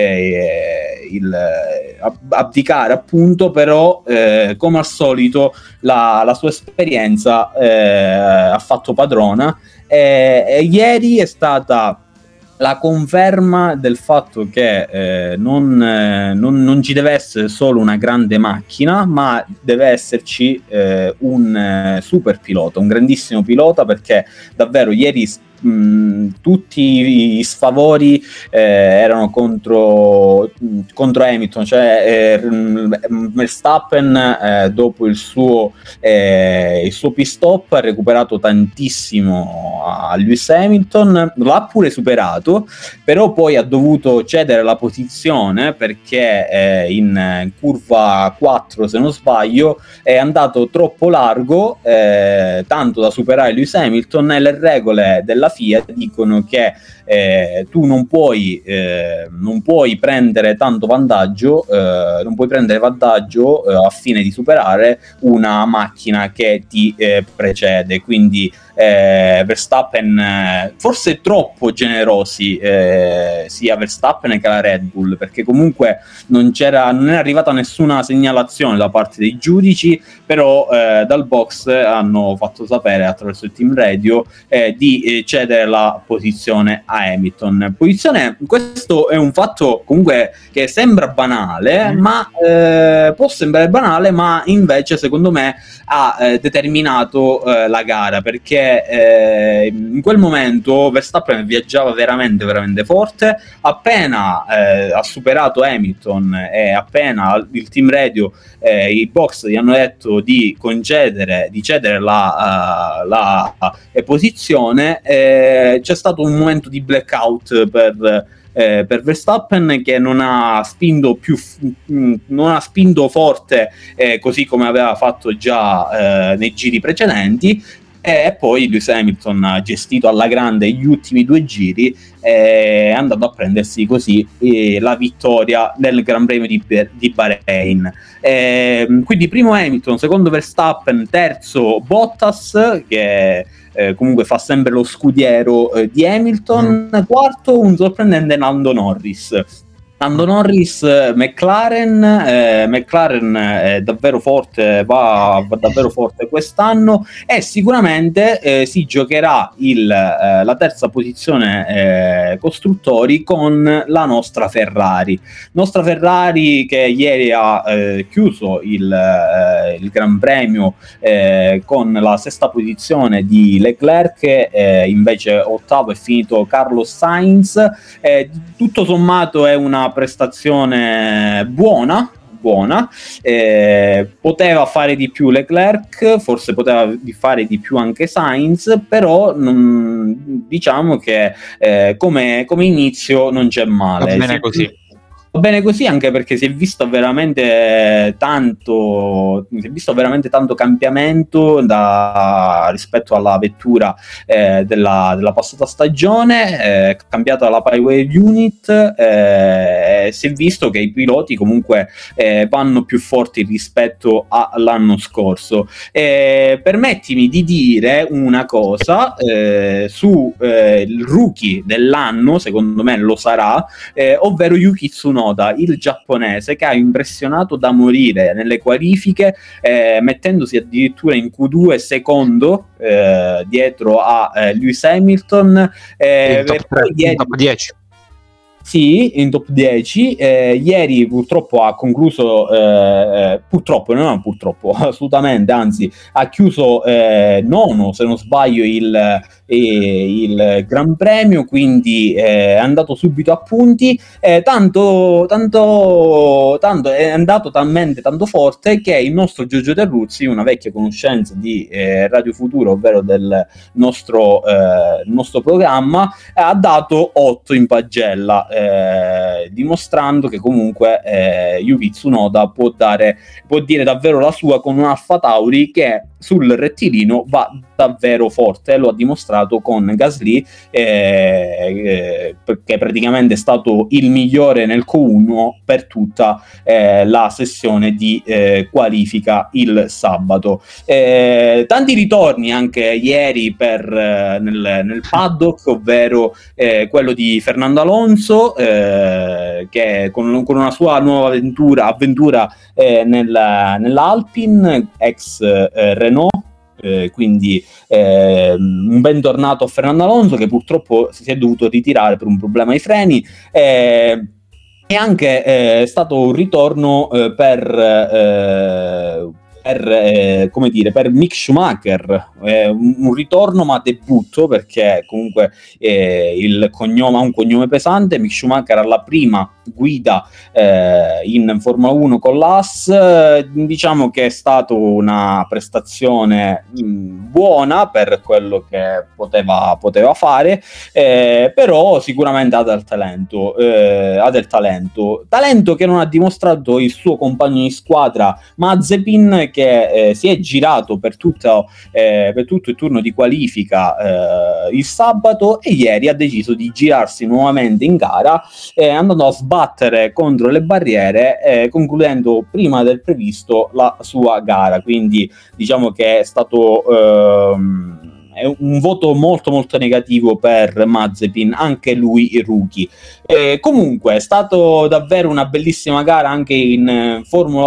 eh, il, abdicare appunto, però eh, come al solito la, la sua esperienza eh, ha fatto padrona e, e ieri è stata la conferma del fatto che eh, non, eh, non, non ci deve essere solo una grande macchina, ma deve esserci eh, un eh, super pilota, un grandissimo pilota, perché davvero ieri mh, tutti i sfavori eh, erano contro, contro Hamilton, cioè eh, Verstappen eh, dopo il suo, eh, il suo pit stop ha recuperato tantissimo a Lewis Hamilton, l'ha pure superato, però poi ha dovuto cedere la posizione perché eh, in curva quattro, se non sbaglio, è andato troppo largo, eh, tanto da superare Lewis Hamilton, e le regole della F I A dicono che eh, tu non puoi eh, non puoi prendere tanto vantaggio eh, non puoi prendere vantaggio eh, a fine di superare una macchina che ti eh, precede, quindi eh, Verstappen eh, forse troppo generosi eh, sia Verstappen che la Red Bull, perché comunque non c'era non è arrivata nessuna segnalazione da parte dei giudici, però eh, dal box hanno fatto sapere attraverso il team radio eh, di eh, cedere la posizione a Hamilton. Posizione, questo è un fatto comunque che sembra banale, mm. ma eh, può sembrare banale, ma invece secondo me ha eh, determinato eh, la gara, perché eh, in quel momento Verstappen viaggiava veramente veramente forte, appena eh, ha superato Hamilton e appena il team radio eh, i box gli hanno detto di concedere di cedere la, uh, la uh, posizione, eh, c'è stato un momento di blackout per Eh, per Verstappen, che non ha spinto più mh, non ha spinto forte eh, così come aveva fatto già eh, nei giri precedenti, e poi Lewis Hamilton ha gestito alla grande gli ultimi due giri, eh, andando a prendersi così eh, la vittoria nel Gran Premio di, di Bahrain. Eh, quindi primo Hamilton, secondo Verstappen, terzo Bottas, che Eh, comunque fa sempre lo scudiero eh, di Hamilton, mm. quarto un sorprendente Lando Norris. Lando Norris, McLaren, eh, McLaren è davvero forte, va, va davvero forte quest'anno, e sicuramente eh, si giocherà il, eh, la terza posizione eh, costruttori con la nostra Ferrari. Nostra Ferrari che ieri ha eh, chiuso il, eh, il Gran Premio eh, con la sesta posizione di Leclerc, eh, invece ottavo è finito Carlos Sainz. Eh, tutto sommato è una prestazione buona, buona. Eh, poteva fare di più Leclerc, forse poteva di fare di più anche Sainz, però non, diciamo che eh, come, come inizio non c'è male. Va bene così. Va bene così, anche perché si è visto veramente tanto si è visto veramente tanto cambiamento da, rispetto alla vettura eh, della, della passata stagione, eh, cambiata la Power Unit, eh, si è visto che i piloti comunque eh, vanno più forti rispetto all'anno scorso. Eh, permettimi di dire una cosa eh, su eh, il rookie dell'anno, secondo me lo sarà, eh, ovvero Yuki Tsunoda, il giapponese, che ha impressionato da morire nelle qualifiche, eh, mettendosi addirittura in Q due secondo eh, dietro a eh, Lewis Hamilton, eh, in top, tre, ieri... in top dieci. Sì, in top dieci. Eh, ieri purtroppo ha concluso, eh, purtroppo, no, no, purtroppo, assolutamente, anzi, ha chiuso eh, nono, se non sbaglio, il, eh, il Gran Premio, quindi eh, è andato subito a punti, eh, tanto, tanto, tanto, è andato talmente tanto forte che il nostro Giorgio Terruzzi, una vecchia conoscenza di eh, Radio Futuro, ovvero del nostro, eh, nostro programma, ha dato otto in pagella. Eh, dimostrando che comunque eh, Yuki Tsunoda può dare può dire davvero la sua con un Alfa Tauri che sul rettilineo va davvero forte. Lo ha dimostrato con Gasly, eh, eh, perché praticamente è stato il migliore nel Q uno per tutta eh, la sessione di eh, qualifica il sabato. Eh, tanti ritorni anche ieri per, eh, nel, nel paddock, ovvero eh, quello di Fernando Alonso, eh, che con, con una sua nuova avventura, avventura eh, nella, nell'Alpine, ex eh, Renault. Eh, quindi eh, un bentornato a Fernando Alonso, che purtroppo si è dovuto ritirare per un problema ai freni. Eh, e anche è eh, stato un ritorno eh, per eh, per, eh, come dire, per Mick Schumacher, eh, un, un ritorno ma debutto, perché comunque eh, il cognome ha un cognome pesante. Mick Schumacher alla prima guida eh, in Formula uno con l'Haas, eh, diciamo che è stata una prestazione mh, buona per quello che poteva, poteva fare, eh, però sicuramente ha del talento, eh, ha del talento, talento che non ha dimostrato il suo compagno di squadra Mazepin, che eh, si è girato per, tutta, eh, per tutto il turno di qualifica eh, il sabato, e ieri ha deciso di girarsi nuovamente in gara, eh, andando a sbattere contro le barriere, eh, concludendo prima del previsto la sua gara. Quindi diciamo che è stato ehm, è un voto molto molto negativo per Mazepin, anche lui il rookie. Eh, comunque è stato davvero una bellissima gara anche in eh, Formula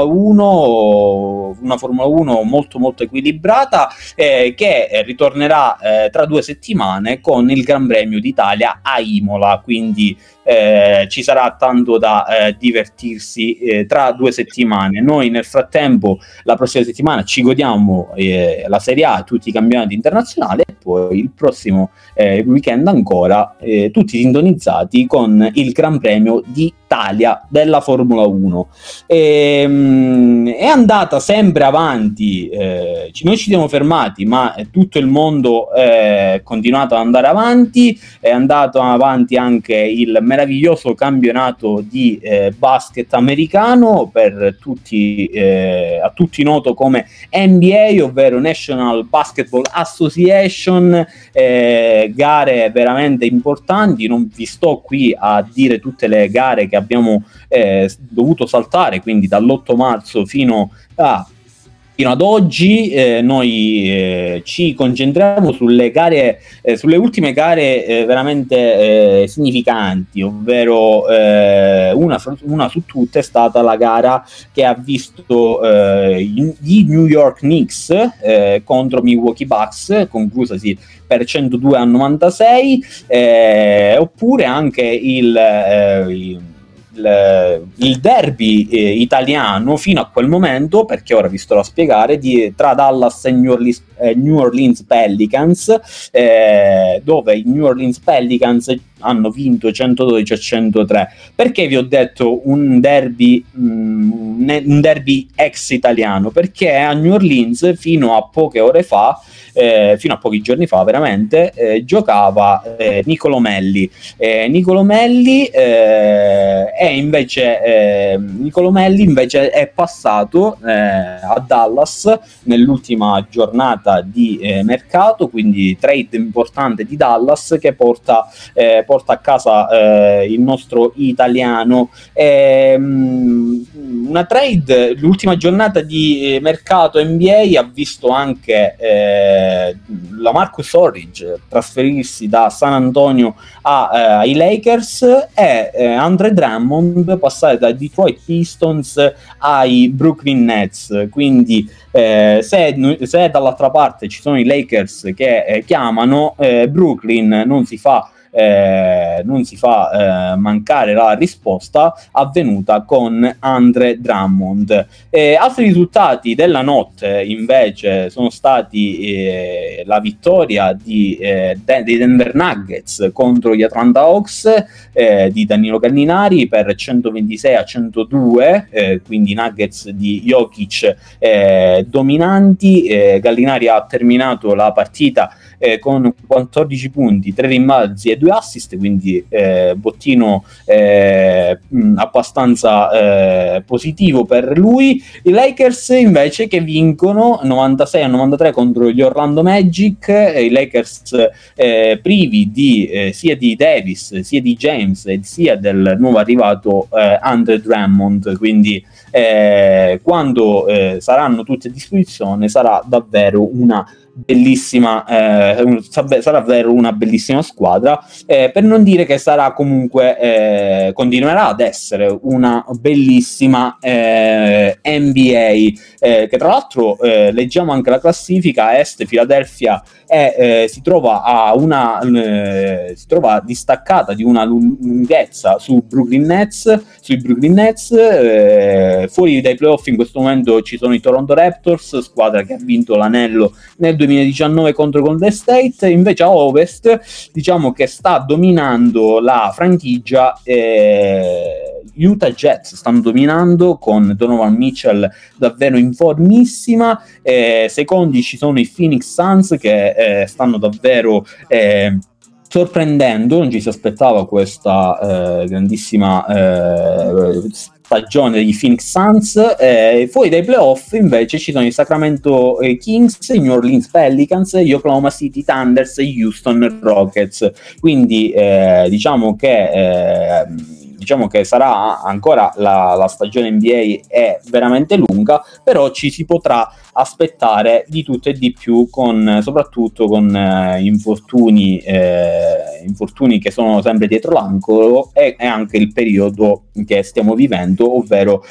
uno, una Formula uno molto molto equilibrata, eh, che ritornerà eh, tra due settimane con il Gran Premio d'Italia a Imola, quindi eh, ci sarà tanto da eh, divertirsi eh, tra due settimane. Noi nel frattempo la prossima settimana ci godiamo eh, la Serie A, tutti i campionati internazionali, e poi il prossimo eh, weekend ancora eh, tutti sintonizzati con il Gran Premio d'Italia della Formula uno. E, mh, è andata sempre avanti, eh, noi ci siamo fermati, ma tutto il mondo è continuato ad andare avanti. È andato avanti anche il meraviglioso campionato di eh, basket americano, per tutti eh, a tutti noto come N B A, ovvero National Basketball Association, eh, gare veramente importanti. Non vi sto qui a dire tutte le gare che abbiamo eh, dovuto saltare, quindi dall'otto marzo fino a Fino ad oggi eh, noi eh, ci concentriamo sulle gare, eh, sulle ultime gare eh, veramente eh, significanti, ovvero eh, una, una su tutte è stata la gara che ha visto eh, gli New York Knicks eh, contro Milwaukee Bucks, conclusasi per centodue a novantasei, eh, oppure anche il, eh, il Il, il derby eh, italiano fino a quel momento, perché ora vi sto a spiegare, di, tra Dallas e New Orleans, eh, New Orleans Pelicans, eh, dove i New Orleans Pelicans hanno vinto centododici a centotré. Perché vi ho detto un derby, mh, un derby ex italiano? Perché a New Orleans fino a poche ore fa, eh, fino a pochi giorni fa veramente, eh, giocava eh, Nicolo Melli. Eh, Nicolo Melli eh, è invece eh, Nicolo Melli invece è passato eh, a Dallas nell'ultima giornata di eh, mercato, quindi trade importante di Dallas che porta, eh, porta a casa eh, il nostro italiano. Eh, una trade, l'ultima giornata di eh, mercato N B A ha visto anche eh, la Marcus Aldridge trasferirsi da San Antonio a, eh, ai Lakers e eh, Andre Drummond passare dai Detroit Pistons ai Brooklyn Nets. Quindi eh, se, se dall'altra parte ci sono i Lakers che eh, chiamano, eh, Brooklyn non si fa Eh, non si fa eh, mancare la risposta avvenuta con Andre Drummond. Eh, altri risultati della notte invece sono stati eh, la vittoria di, eh, de- dei Denver Nuggets contro gli Atlanta Hawks eh, di Danilo Gallinari per centoventisei a centodue, eh, quindi Nuggets di Jokic eh, dominanti. eh, Gallinari ha terminato la partita eh, con quattordici punti, tre rimbalzi e due assist, quindi eh, bottino eh, mh, abbastanza eh, positivo per lui. I Lakers invece che vincono novantasei a novantatré contro gli Orlando Magic, eh, i Lakers eh, privi di eh, sia di Davis sia di James e sia del nuovo arrivato eh, Andre Drummond, quindi eh, quando eh, saranno tutti a disposizione sarà davvero una bellissima eh, sarà davvero una bellissima squadra, eh, per non dire che sarà comunque eh, continuerà ad essere una bellissima eh, N B A, eh, che tra l'altro eh, leggiamo anche la classifica est. Philadelphia è, eh, si trova a una eh, si trova distaccata di una lunghezza su Brooklyn Nets sui Brooklyn Nets. Eh, fuori dai playoff in questo momento ci sono i Toronto Raptors, squadra che ha vinto l'anello nel duemiladiciannove contro Golden State. Invece a Ovest diciamo che sta dominando la franchigia eh, Utah Jazz, stanno dominando con Donovan Mitchell davvero in formissima. Eh, secondi ci sono i Phoenix Suns che eh, stanno davvero eh, sorprendendo, non ci si aspettava questa eh, grandissima eh, stagione degli Phoenix Suns. Eh, fuori dai playoff invece ci sono i Sacramento Kings, i New Orleans Pelicans, gli Oklahoma City Thunders e gli Houston Rockets. Quindi eh, diciamo che eh, diciamo che sarà ancora la, la stagione N B A è veramente lunga, però ci si potrà aspettare di tutto e di più, con soprattutto con eh, infortuni eh, infortuni che sono sempre dietro l'angolo, e, e anche il periodo che stiamo vivendo, ovvero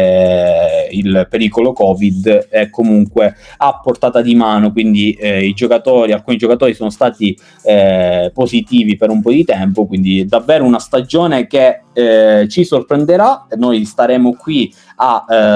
eh, il pericolo Covid è comunque a portata di mano, quindi eh, i giocatori alcuni giocatori sono stati eh, positivi per un po' di tempo, quindi davvero una stagione che eh, ci sorprenderà. Noi staremo qui a, eh,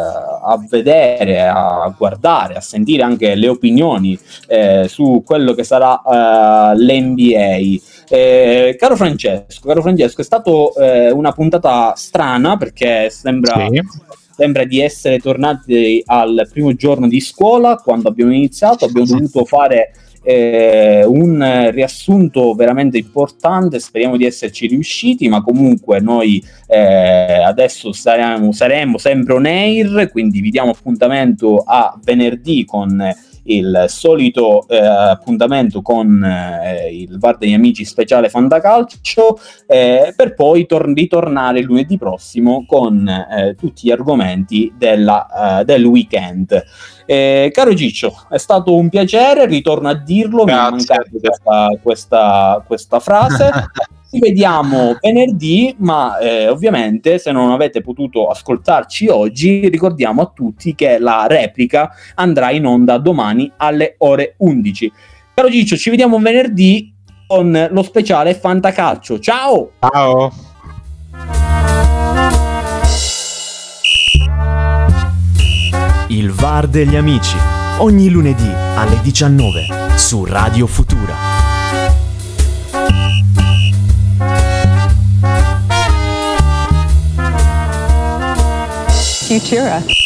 a vedere, a guardare, a sentire anche le opinioni eh, su quello che sarà eh, l'N B A. Eh, caro Francesco, caro Francesco, è stato eh, una puntata strana perché sembra, sì. sembra di essere tornati al primo giorno di scuola quando abbiamo iniziato. Abbiamo dovuto fare Eh, un riassunto veramente importante, speriamo di esserci riusciti, ma comunque noi eh, adesso saremo, saremo sempre on air, quindi vi diamo appuntamento a venerdì con il solito eh, appuntamento con eh, il V A R degli Amici speciale Fantacalcio, eh, per poi tor- ritornare lunedì prossimo con eh, tutti gli argomenti della, uh, del weekend. Eh, caro Ciccio, è stato un piacere, ritorno a dirlo. Grazie. Mi è mancata questa, questa, questa frase. Ci vediamo venerdì, ma eh, ovviamente se non avete potuto ascoltarci oggi, ricordiamo a tutti che la replica andrà in onda domani alle ore undici. Caro Ciccio, ci vediamo venerdì con lo speciale Fantacalcio. Ciao! Ciao! Il V A R degli Amici, ogni lunedì alle diciannove su Radio Futura. Futura.